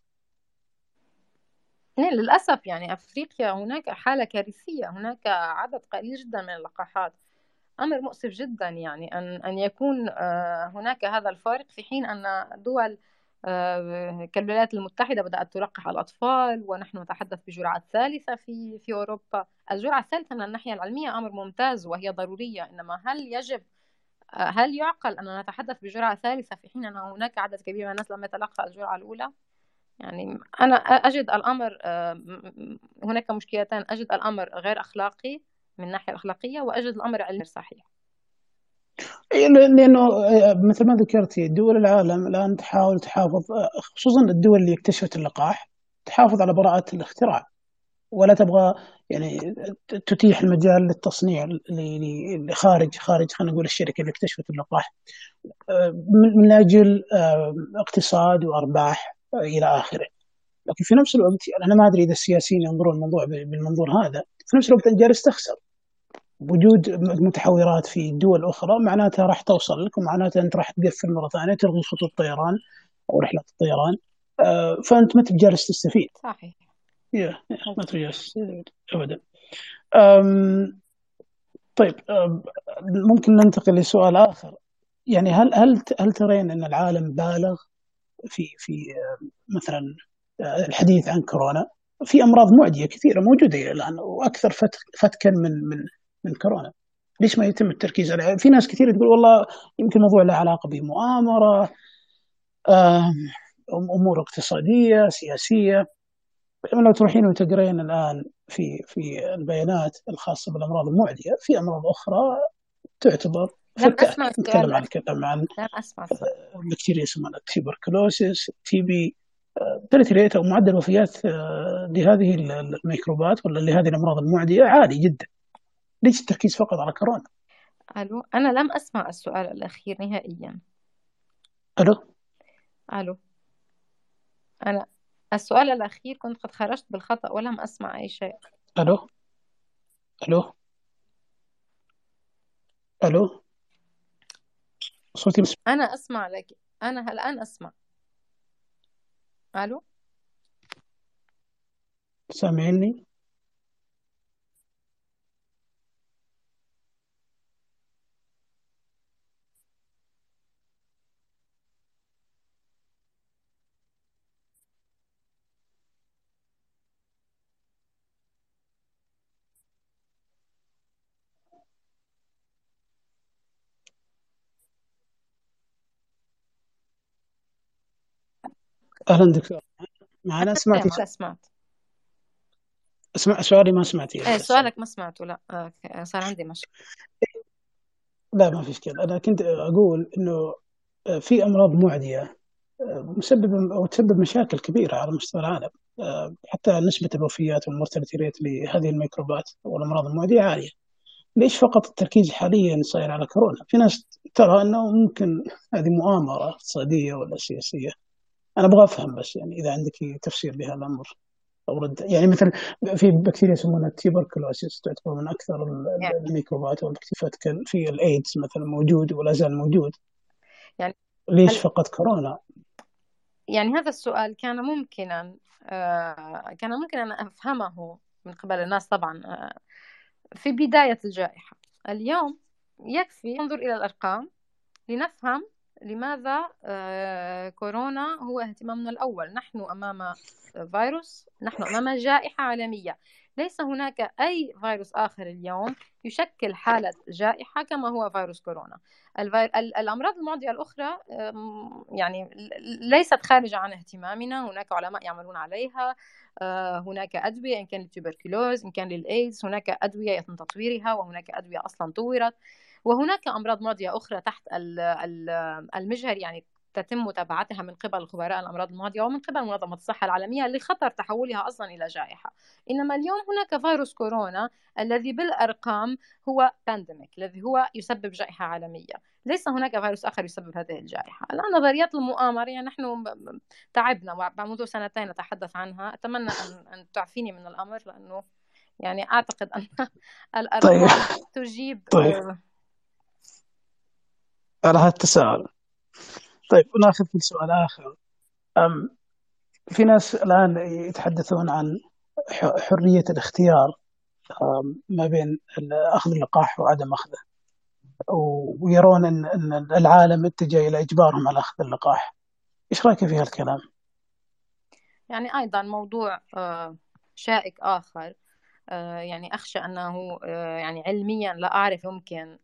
للأسف يعني أفريقيا هناك حالة كارثية، هناك عدد قليل جدا من اللقاحات. أمر مؤسف جدا يعني أن يكون هناك هذا الفارق، في حين أن دول كالولايات المتحدة بدأت تلقح الأطفال، ونحن نتحدث بجرعة ثالثة في أوروبا. الجرعة الثالثة من الناحية العلمية أمر ممتاز وهي ضرورية، إنما هل يعقل أن نتحدث بجرعة ثالثة في حين أن هناك عدد كبير من الناس لم يتلقى الجرعة الأولى؟ يعني أنا أجد الأمر هناك مشكلتان: أجد الأمر غير أخلاقي من الناحية الأخلاقية، وأجد الأمر علمي صحيح. لأنه مثل ما ذكرتي دول العالم الآن تحاول تحافظ، خصوصا الدول اللي اكتشفت اللقاح، تحافظ على براءة الاختراع، ولا تبغى يعني تتيح المجال للتصنيع اللي خارج خلينا نقول الشركة اللي اكتشفت اللقاح، من أجل اقتصاد وأرباح إلى آخره. لكن في نفس الوقت أنا ما أدري إذا السياسيين ينظرون الموضوع بالمنظور هذا. في نفس الوقت أنت جالس تخسر. وجود متحورات في دول أخرى معناتها راح توصل لك، ومعناتها أنت راح تقفل مرة ثانية، تلغي خطوط الطيران أو رحلات الطيران، فأنت ما تبي جالس تستفيد. صحيح. ما تبي جالس أبدا. طيب، ممكن ننتقل لسؤال آخر. يعني هل ترين أن العالم بالغ في مثلا الحديث عن كورونا؟ في أمراض معدية كثيرة موجودة إلى الآن، وأكثر فتكا من كورونا. ليش ما يتم التركيز عليها؟ في ناس كثير تقول والله يمكن الموضوع له علاقة بمؤامرة، أمور اقتصادية سياسية. لو تروحين وتقرين الآن في البيانات الخاصة بالأمراض المعدية، في أمراض أخرى تعتبر لم أسمع فكاك. السؤال. نتكلم عن لم أسمع السؤال. بكتيريا اسمها التيبركلوسيس، تي بي. بيرث ريت أو معدل وفيات لهذه الميكروبات ولا لهذه الأمراض المعدية عالي جدا. ليش التركيز فقط على كورونا؟ ألو، أنا لم أسمع السؤال الأخير نهائيا. ألو، أنا السؤال الأخير كنت قد خرجت بالخطأ ولم أسمع أي شيء. ألو ألو ألو صوتي أنا أسمع لك، أنا الآن أسمع. ألو، سامعني؟ أهلا دكتور، معنا؟ سمعتي؟ لا سمعت. اسمع سؤالي، ما سمعتي؟ إيه سؤالك ما سمعته، لا صار عندي مشكلة. لا ما في إشكال. أنا كنت أقول إنه في أمراض معدية مسبب أو تسبب مشاكل كبيرة على مستوى العالم. حتى نسبة الوفيات والمورتاليتي ريت لهذه الميكروبات والأمراض المعدية عالية. ليش فقط التركيز حاليا صاير على كورونا؟ في ناس ترى أنه ممكن هذه مؤامرة اقتصادية ولا سياسية. أنا أبغى أفهم بس، يعني إذا عندك تفسير لهذا الأمر أو رد. يعني مثلا في بكتيريا يسمونها التيبركلوسيس، تعتبر من أكثر يعني الميكروبات والبكتيريا. في الإيدز مثلا موجود ولا زال موجود. يعني ليش فقط كورونا؟ يعني هذا السؤال كان ممكن أن أفهمه من قبل الناس طبعا في بداية الجائحة. اليوم يكفي ننظر إلى الأرقام لنفهم لماذا كورونا هو اهتمامنا الأول؟ نحن أمام فيروس، نحن أمام جائحة عالمية. ليس هناك أي فيروس آخر اليوم يشكل حالة جائحة كما هو فيروس كورونا. الأمراض المعدية الأخرى يعني ليست خارجة عن اهتمامنا، هناك علماء يعملون عليها، هناك أدوية إن كان للتوبركلوز إن كان للإيدز، هناك أدوية يتم تطويرها، وهناك أدوية أصلا طورت، وهناك أمراض معدية أخرى تحت المجهر، يعني تتم متابعتها من قبل الخبراء الأمراض المعدية ومن قبل منظمة الصحة العالمية لخطر تحولها أصلا إلى جائحة. إنما اليوم هناك فيروس كورونا الذي بالأرقام هو بانديميك، الذي هو يسبب جائحة عالمية. ليس هناك فيروس آخر يسبب هذه الجائحة. الآن نظريات المؤامرة، يعني نحن تعبنا منذ سنتين نتحدث عنها. أتمنى أن تعفيني من الأمر، لأنه يعني أعتقد أن الأرقام تجيب. على هذا التساؤل. طيب ناخذ في سؤال آخر. في ناس الآن يتحدثون عن حرية الاختيار ما بين أخذ اللقاح وعدم أخذه، ويرون أن العالم اتجه إلى إجبارهم على أخذ اللقاح. إيش رأيك في هالكلام؟ يعني أيضا موضوع شائك آخر. يعني أخشى أنه يعني علميا لا أعرف يمكن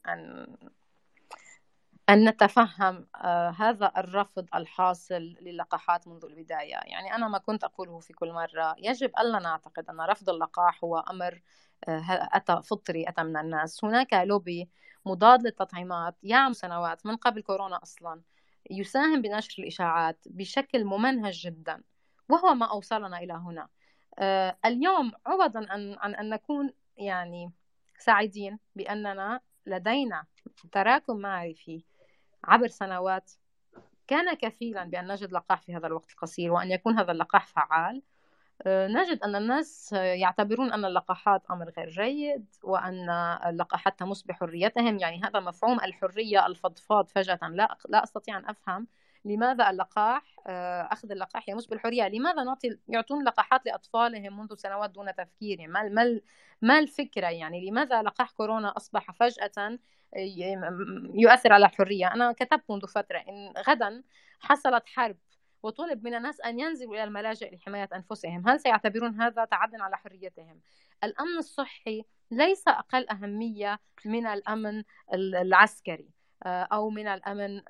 أن نتفهم هذا الرفض الحاصل للقاحات منذ البداية. يعني أنا ما كنت أقوله في كل مرة، يجب ألا نعتقد أن رفض اللقاح هو أمر أتى فطري، أتى من الناس. هناك لوبي مضاد للتطعيمات يعمل سنوات من قبل كورونا أصلا، يساهم بنشر الإشاعات بشكل ممنهج جدا، وهو ما أوصلنا إلى هنا. اليوم عوضا عن أن نكون يعني سعيدين بأننا لدينا تراكم معرفي عبر سنوات كان كفيلا بأن نجد لقاح في هذا الوقت القصير وأن يكون هذا اللقاح فعال، نجد أن الناس يعتبرون أن اللقاحات أمر غير جيد، وأن اللقاحات تمس بحريتهم. يعني هذا مفهوم الحرية الفضفاض فجأة لا أستطيع أن أفهم لماذا اللقاح أخذ اللقاح يمس بالحرية. لماذا يعطون لقاحات لأطفالهم منذ سنوات دون تفكير؟ ما الفكرة؟ يعني لماذا لقاح كورونا أصبح فجأة يؤثر على الحرية؟ أنا كتبت منذ فترة إن غدا حصلت حرب وطلب من الناس أن ينزلوا إلى الملاجئ لحماية أنفسهم، هل سيعتبرون هذا تعدٍ على حريتهم؟ الأمن الصحي ليس أقل أهمية من الأمن العسكري أو من الأمن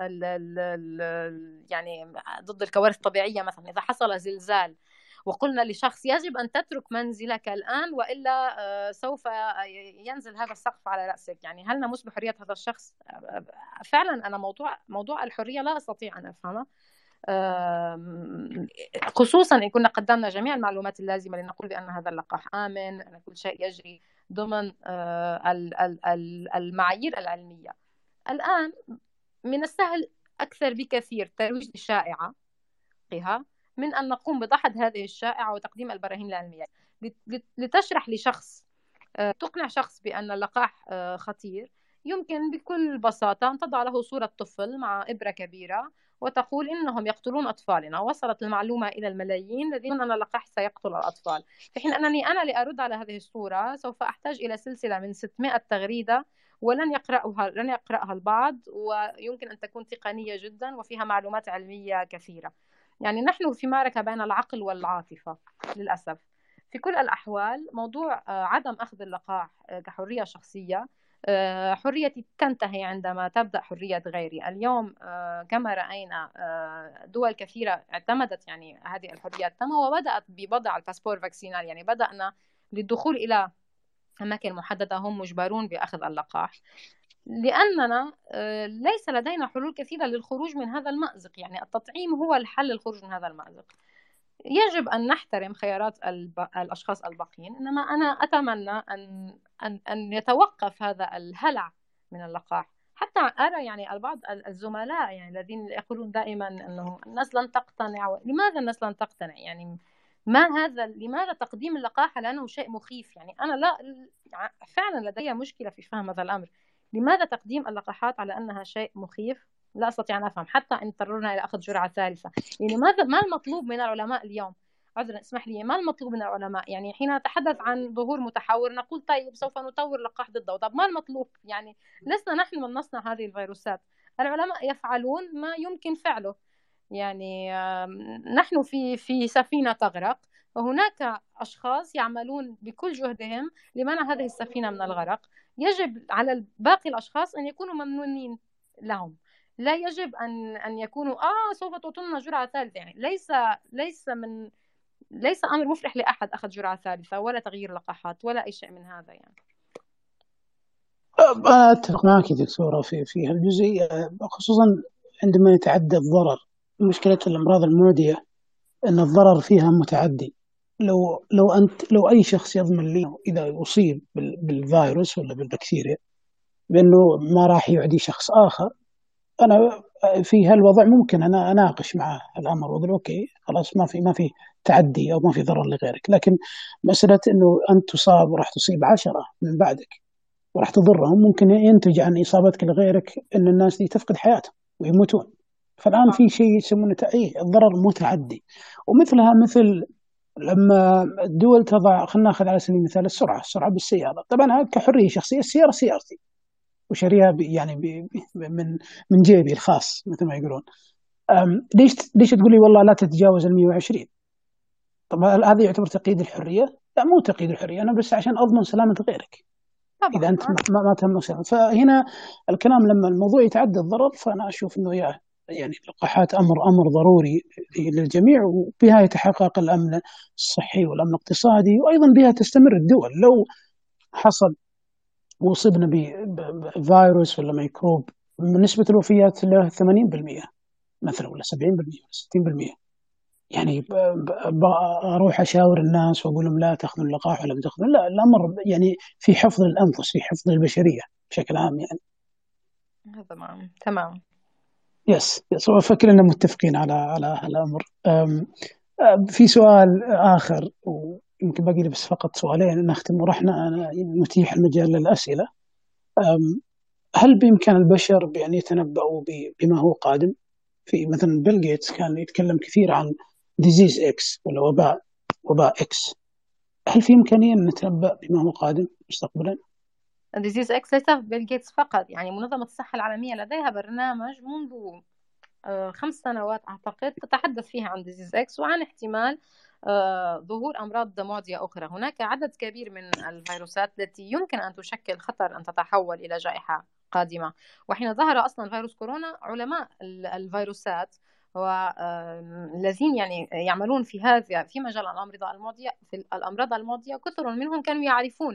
يعني ضد الكوارث الطبيعية. مثلا إذا حصل زلزال وقلنا لشخص يجب أن تترك منزلك الآن وإلا سوف ينزل هذا السقف على رأسك، يعني هل نمس بحرية هذا الشخص؟ فعلا أنا موضوع الحرية لا أستطيع أن أفهمه، خصوصا إن كنا قدمنا جميع المعلومات اللازمة لنقول بأن هذا اللقاح آمن، أن كل شيء يجري ضمن المعايير العلمية. الآن من السهل أكثر بكثير ترويج الشائعة من أن نقوم بدحض هذه الشائعة وتقديم البراهين العلمية لتشرح لشخص، تقنع شخص بأن اللقاح خطير. يمكن بكل بساطة أن تضع له صورة طفل مع إبرة كبيرة وتقول إنهم يقتلون أطفالنا. وصلت المعلومة إلى الملايين الذين أن اللقاح سيقتل الأطفال، في حين أنني أنا لأرد على هذه الصورة سوف أحتاج إلى سلسلة من 600 تغريدة ولن يقرأها البعض، ويمكن أن تكون تقنية جدا وفيها معلومات علمية كثيرة. يعني نحن في معركة بين العقل والعاطفة للأسف. في كل الأحوال موضوع عدم أخذ اللقاح كحرية شخصية، حريتي تنتهي عندما تبدأ حرية غيري. اليوم كما رأينا دول كثيرة اعتمدت يعني هذه الحرية التامة وبدأت بوضع الباسبور فاكسينال، يعني بدأنا للدخول إلى أماكن محددة هم مجبرون بأخذ اللقاح، لأننا ليس لدينا حلول كثيرة للخروج من هذا المأزق. يعني التطعيم هو الحل للخروج من هذا المأزق. يجب أن نحترم خيارات الأشخاص الباقين، إنما أنا أتمنى أن يتوقف هذا الهلع من اللقاح. حتى أرى يعني البعض الزملاء يعني الذين يقولون دائما أنه الناس لن تقتنع. لماذا الناس لن تقتنع؟ يعني لماذا تقديم اللقاح على أنه شيء مخيف؟ يعني أنا لا فعلا لدي مشكلة في فهم هذا الأمر. لماذا تقديم اللقاحات على أنها شيء مخيف؟ لا أستطيع أن أفهم، حتى إن اضطررنا إلى أخذ جرعة ثالثة. يعني ما المطلوب من العلماء اليوم؟ عذرا اسمح لي، ما المطلوب من العلماء؟ يعني حين نتحدث عن ظهور متحور نقول طيب سوف نطور لقاح ضده. طب ما المطلوب؟ يعني لسنا نحن من نصنع هذه الفيروسات. العلماء يفعلون ما يمكن فعله. يعني نحن في سفينة تغرق، وهناك أشخاص يعملون بكل جهدهم لمنع هذه السفينة من الغرق. يجب على باقي الأشخاص أن يكونوا ممنونين لهم. لا يجب أن يكونوا سوف تعطونا جرعة ثالثة. يعني ليس أمر مفرح لأحد أخذ جرعة ثالثة ولا تغيير لقاحات ولا أي شيء من هذا يعني. أنا أتفق معك دكتورة في هالجزئية، خصوصا عندما يتعدى الضرر. مشكلة الأمراض المعدية أن الضرر فيها متعدي. لو أي شخص يضمن لي إذا أصيب بالفيروس ولا بالبكتيريا بأنه ما راح يعدي شخص آخر، أنا في هالوضع ممكن أنا أناقش معه الأمر وأقول أوكي خلاص ما في تعدي أو ما في ضرر لغيرك. لكن مسألة أنه أنت تصاب وراح تصيب 10 من بعدك وراح تضرهم، ممكن ينتج عن إصابتك لغيرك أن الناس دي تفقد حياتهم ويموتون. فالآن في شيء يسمونه الضرر متعدي. ومثلها مثل لما الدول تضع، خلينا ناخذ على سبيل المثال السرعة بالسيارة. طبعا كحرية شخصية السيارة سيارتي وشاريها يعني من جيبي الخاص مثل ما يقولون. ليش تقولي والله لا تتجاوز 120؟ طب هذا يعتبر تقييد الحرية؟ لا، مو تقييد الحرية، أنا بس عشان أضمن سلامة غيرك. طبعا. إذا أنت ما تهم سلامة. فهنا الكلام لما الموضوع يتعدى الضرر، فأنا أشوف إنه يعني اللقاحات أمر ضروري للجميع، وبها يتحقق الأمن الصحي والأمن الاقتصادي، وأيضا بها تستمر الدول. لو حصل وصبنا بفيروس ولا ميكروب، نسبة الوفيات له 80% مثلا ولا 70% ولا 60%. يعني أروح أشاور الناس وأقول لهم لا تأخذوا اللقاح ولا بتأخذوا، لا، الأمر يعني في حفظ الأنفس، في حفظ البشرية بشكل عام يعني. هذا تمام. يس فكلنا متفقين على الأمر. في سؤال آخر، ويمكن باقي لي بس فقط سؤالين نختم ورحنا نتيح المجال للأسئلة. هل بإمكان البشر بأن يتنبؤوا بما هو قادم؟ في مثلا بيل جيتس كان يتكلم كثير عن ديزيز إكس ولا وباء إكس. هل في إمكانية أن نتنبأ بما هو قادم مستقبلا؟ ديزيز اكس ليس بيل جيتس فقط. يعني منظمة الصحة العالمية لديها برنامج منذ 5 سنوات أعتقد تتحدث فيها عن ديزيز اكس وعن احتمال ظهور أمراض معدية أخرى. هناك عدد كبير من الفيروسات التي يمكن أن تشكل خطر أن تتحول إلى جائحة قادمة. وحين ظهر أصلا فيروس كورونا، علماء الفيروسات والذين يعني يعملون في مجال الأمراض المعدية كثر منهم كانوا يعرفون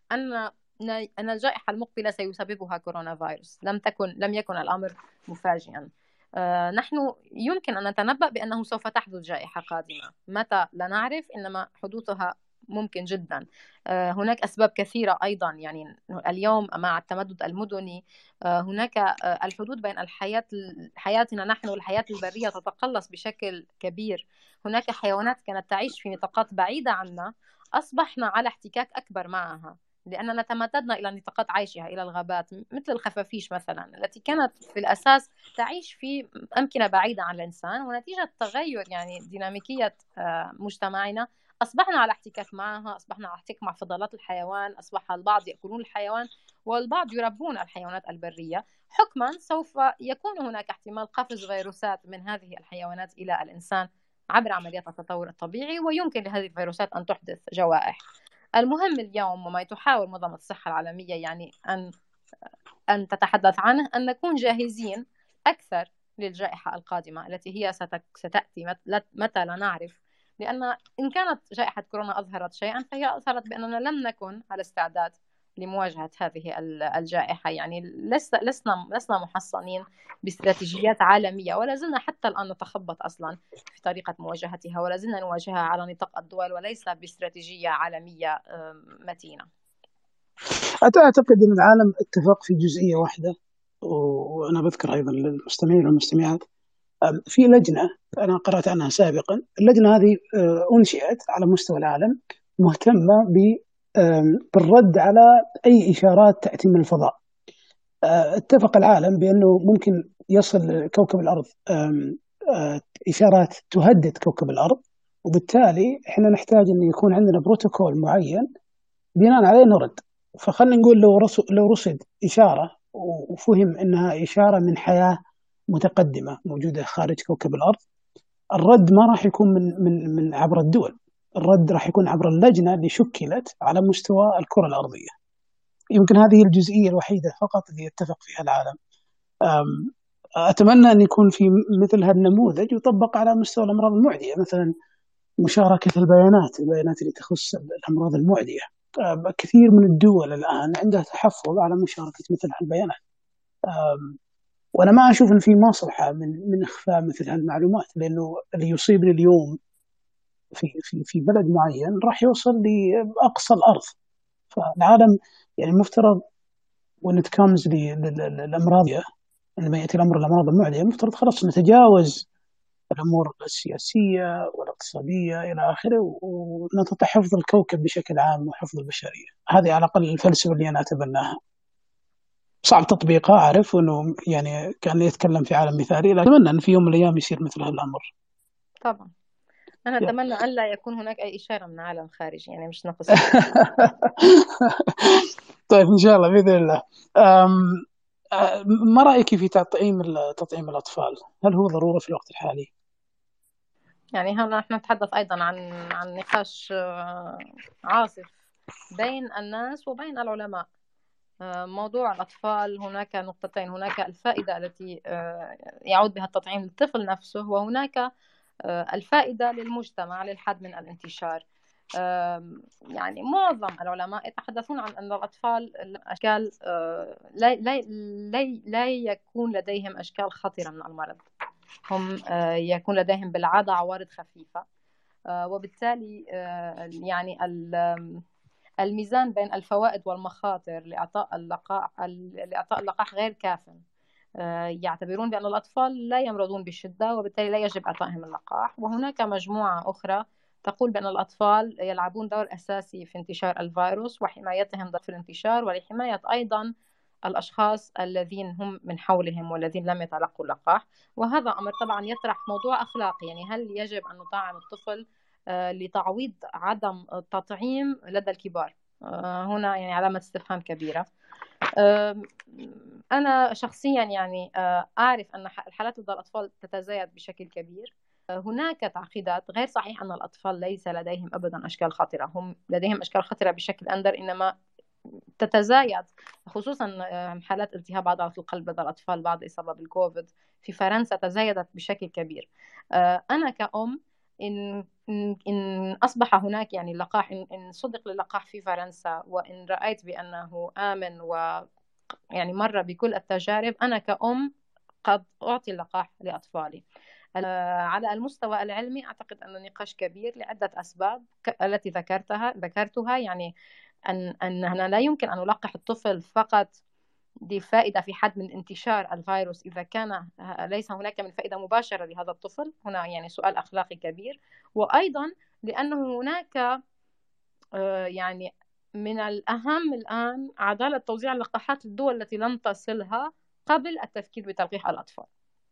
أن الجائحة المقبلة سيسببها كورونا فيروس. لم يكن الأمر مفاجئا. نحن يمكن أن نتنبأ بأنه سوف تحدث جائحة قادمة، متى لا نعرف، إنما حدوثها ممكن جدا. هناك أسباب كثيرة أيضا. يعني اليوم مع التمدد المدني هناك الحدود بين حياتنا نحن والحياة البرية تتقلص بشكل كبير. هناك حيوانات كانت تعيش في نطاقات بعيدة عنا، أصبحنا على احتكاك أكبر معها لأننا تمددنا إلى نطاقات عيشها، إلى الغابات، مثل الخفافيش مثلا التي كانت في الأساس تعيش في أمكنة بعيدة عن الإنسان. ونتيجة تغير يعني ديناميكية مجتمعنا أصبحنا على احتكاك معها، أصبحنا على احتكاك مع فضلات الحيوان، أصبح البعض يأكلون الحيوان والبعض يربون الحيوانات البرية. حكما سوف يكون هناك احتمال قفز فيروسات من هذه الحيوانات إلى الإنسان عبر عمليات التطور الطبيعي، ويمكن لهذه الفيروسات أن تحدث جوائح. المهم اليوم وما تحاول منظمة الصحة العالمية يعني أن تتحدث عنه، أن نكون جاهزين أكثر للجائحة القادمة التي هي ستأتي متى لا نعرف. لأن إن كانت جائحة كورونا أظهرت شيئا فهي أظهرت بأننا لم نكن على استعداد لمواجهة هذه الجائحة. يعني لسنا محصنين باستراتيجيات عالمية، ولا زلنا حتى الآن نتخبط أصلا في طريقة مواجهتها، ولا زلنا نواجهها على نطاق الدول وليس باستراتيجية عالمية متينة. أعتقد أن العالم اتفق في جزئية واحدة، وأنا بذكر أيضا للمستمعين والمستمعات، في لجنة أنا قرأت عنها سابقا. اللجنة هذه أنشئت على مستوى العالم، مهتمة بالرد على أي إشارات تأتي من الفضاء. اتفق العالم بأنه ممكن يصل كوكب الأرض إشارات تهدد كوكب الأرض، وبالتالي إحنا نحتاج أن يكون عندنا بروتوكول معين بناء عليه نرد. فخلنا نقول لو رصد إشارة وفهم أنها إشارة من حياة متقدمة موجودة خارج كوكب الأرض، الرد ما راح يكون من عبر الدول، الرد راح يكون عبر اللجنة اللي شكلت على مستوى الكرة الأرضية. يمكن هذه الجزئية الوحيدة فقط اللي يتفق فيها العالم. أتمنى أن يكون في مثل هذا النموذج يطبق على مستوى الأمراض المعدية، مثلا مشاركة البيانات اللي تخص الأمراض المعدية. كثير من الدول الآن عندها تحفظ على مشاركة مثل هالبيانات، وأنا ما أشوف أن في مصلحة من إخفاء مثل هالمعلومات، لأنه اللي يصيبني اليوم في بلد معين راح يوصل لأقصى الأرض. فالعالم يعني المفترض وإن تكمز للأمراض، عندما يأتي الأمر الأمراض المعدية المفترض خلاص نتجاوز الأمور السياسية والاقتصادية إلى آخره، ونتطع حفظ الكوكب بشكل عام وحفظ البشرية. هذه على الأقل الفلسفة اللي أنا أتبناها. صعب تطبيقها، أعرف أنه يعني كان يتكلم في عالم مثالي، لكن أتمنى أن في يوم من الأيام يصير مثل هذا الأمر. طبعا أنا أتمنى أن لا يكون هناك أي إشارة من عالم خارجي، يعني مش نقص. طيب إن شاء الله بإذن الله. ما رأيك في تطعيم الأطفال؟ هل هو ضرورة في الوقت الحالي؟ يعني هنا نحن نتحدث أيضا عن نقاش عاصف بين الناس وبين العلماء. موضوع الأطفال هناك نقطتين: هناك الفائدة التي يعود بها التطعيم للطفل نفسه، وهناك الفائدة للمجتمع للحد من الانتشار. يعني معظم العلماء يتحدثون عن أن الأطفال أشكال لا يكون لديهم أشكال خطرة من المرض، هم يكون لديهم بالعادة عوارض خفيفة، وبالتالي يعني الميزان بين الفوائد والمخاطر لإعطاء اللقاح غير كاف. يعتبرون بأن الأطفال لا يمرضون بشدة، وبالتالي لا يجب إعطائهم اللقاح. وهناك مجموعة أخرى تقول بأن الأطفال يلعبون دور أساسي في انتشار الفيروس وحمايتهم ضد الانتشار، ولحماية أيضا الأشخاص الذين هم من حولهم والذين لم يتلقوا اللقاح. وهذا أمر طبعا يطرح موضوع أخلاقي، يعني هل يجب أن نطعم الطفل لتعويض عدم التطعيم لدى الكبار؟ هنا يعني علامة استفهام كبيرة. أنا شخصيا يعني أعرف أن الحالات لدى الأطفال تتزايد بشكل كبير. هناك تعقيدات. غير صحيح أن الأطفال ليس لديهم أبدا أشكال خطرة، هم لديهم أشكال خطرة بشكل أندر، إنما تتزايد، خصوصا حالات التهاب عضلة القلب لدى الأطفال بعد إصابة بالكوفيد في فرنسا تزايدت بشكل كبير. أنا كأم إن أصبح هناك يعني اللقاح، إن صدق للقاح في فرنسا، وإن رأيت بأنه آمن ويعني مر بكل التجارب، أنا كأم قد أعطي اللقاح لأطفالي. على المستوى العلمي أعتقد أن النقاش كبير لعدة أسباب التي ذكرتها، يعني أننا لا يمكن أن نلقح الطفل فقط لفائدة في حد من انتشار الفيروس إذا كان ليس هناك من فائدة مباشرة لهذا الطفل. هنا يعني سؤال أخلاقي كبير. وأيضا لأنه هناك يعني من الأهم الآن عدالة توزيع اللقاحات للدول التي لم تصلها قبل التفكير بتلقيح الأطفال.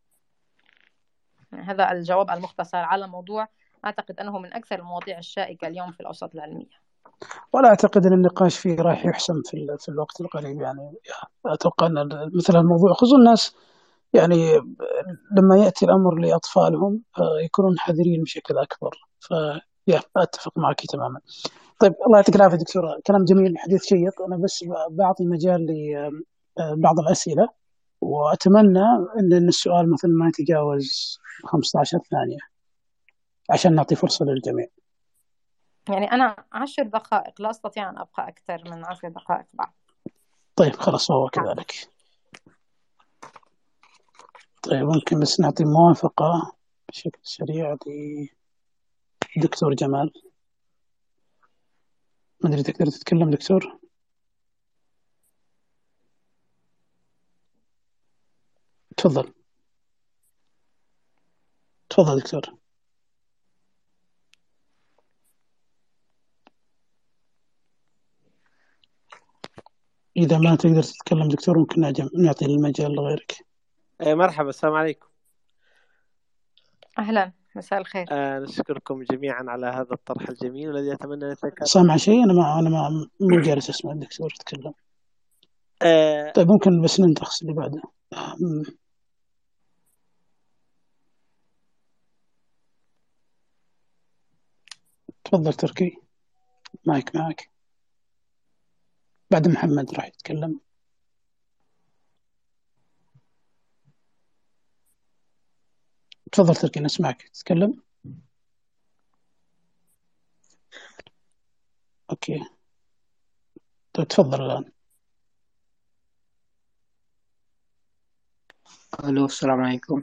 هذا الجواب المختصر على موضوع أعتقد أنه من أكثر المواضيع الشائكة اليوم في الأوساط العلمية. ولا أعتقد أن النقاش فيه راح يحسم في الوقت القريب. يعني أتوقع أن مثل الموضوع خصوصا الناس يعني لما يأتي الأمر لأطفالهم يكونون حذرين بشكل أكبر. أتفق معك تماما. طيب الله يعطيك العافية دكتورة، كلام جميل، حديث شيق. أنا بس بعطي مجال لبعض الأسئلة، وأتمنى أن السؤال مثلا ما يتجاوز 15 ثانية عشان نعطي فرصة للجميع. يعني أنا 10 دقائق، لا أستطيع أن أبقى أكثر من 10 دقائق بعد. طيب خلاص هو كذلك. طيب ممكن بس نعطي موافقة بشكل سريع لدكتور جمال. ما أدري تقدر تتكلم دكتور؟ تفضل دكتور. إذا ما تقدر تتكلم دكتور ممكن نعطي المجال لغيرك. مرحبا، السلام عليكم. أهلا، مساء الخير. نشكركم جميعا على هذا الطرح الجميل الذي أتمنى أن يتكرر. سامع شيء؟ أنا مو جالس أسمع الدكتور يتكلم. طيب ممكن بس ننتقص اللي بعده. تفضل تركي، معك بعد محمد راح يتكلم. تفضل تركي نسمعك تتكلم. اوكي طيب تفضل الآن. الو السلام عليكم.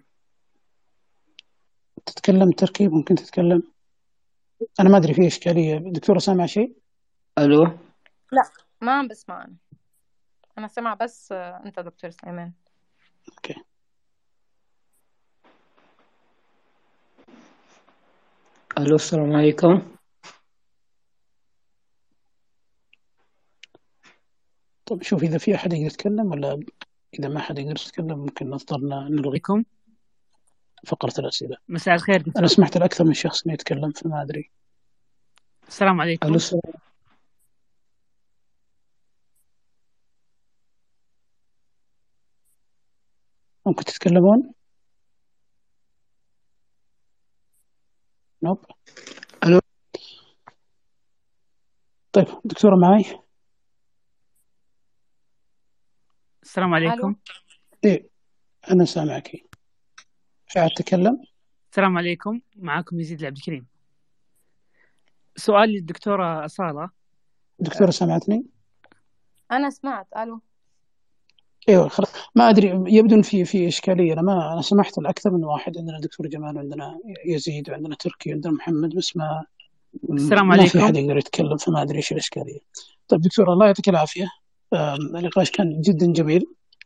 تتكلم تركي، ممكن تتكلم. أنا ما أدري في إشكالية. دكتورة سامع شيء؟ الو لا، ما عم بسمع. أنا سمع بس أنت دكتور سليمان. أوكي الو السلام عليكم. طيب شوف إذا في أحد يقدر يتكلم، ولا إذا ما حد يقدر يتكلم ممكن نضطرنا نلغي فقرة الأسئلة. مساء الخير دكتور. أنا سمعت لأكثر من شخص إنه يتكلم فما أدري. السلام عليكم. الو السلام. ممكن تتكلمون؟ نوب. الو طيب دكتورة معي؟ السلام عليكم. إيه أنا سامعك. قاعد تتكلم. السلام عليكم، معكم يزيد عبد الكريم. سؤال للدكتورة أصالة. دكتورة سمعتني؟ أنا سمعت. ألو. ايوه خلاص. ما ادري، يبدو ان في اشكاليه. انا سمحت لاكثر من واحد. عندنا دكتور جمال، وعندنا يزيد، وعندنا تركي، وعندنا محمد، بس السلام ما في عليكم. حد يقدر يتكلم، فما ادري ايش الاشكاليه. طيب دكتور الله يعطيك العافيه. النقاش كان جدا جميل.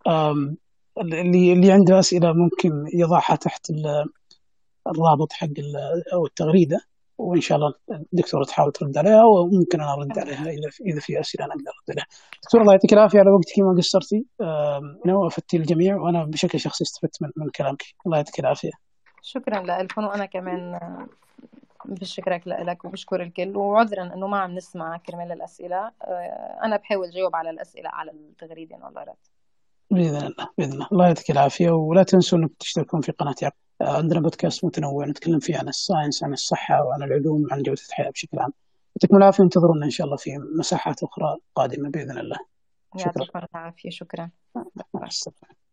اللي عنده اسئله ممكن يضعها تحت الرابط حق او التغريده، وان شاء الله الدكتوره تحاول ترد عليها، وممكن انا ارد عليها اذا في اسئله انا اقدر ارد عليها. دكتور الله يعطيك العافيه على وقتك، ما قصرتي. وافدتي الجميع، وانا بشكل شخصي استفدت من كلامك. الله يعطيك العافيه. شكرا لكم، وأنا كمان بشكرك لك وبشكر الكل، وعذرا انه ما عم نسمع كرمال الاسئله. انا بحاول جاوب على الاسئله على التغريده ان الله رد. باذن الله باذن الله. الله يعطيك العافيه، ولا تنسوا انكم تشتركون في قناه يعقوب. عندنا بودكاست متنوع نتكلم فيه عن الساينس، عن الصحه، وعن العلوم، وعن جوده الحياه بشكل عام. يعطيكم العافيه، انتظرونا ان شاء الله في مساحات اخرى قادمه باذن الله. شكرا. يعطيكم العافيه. شكرا. مع السلامه.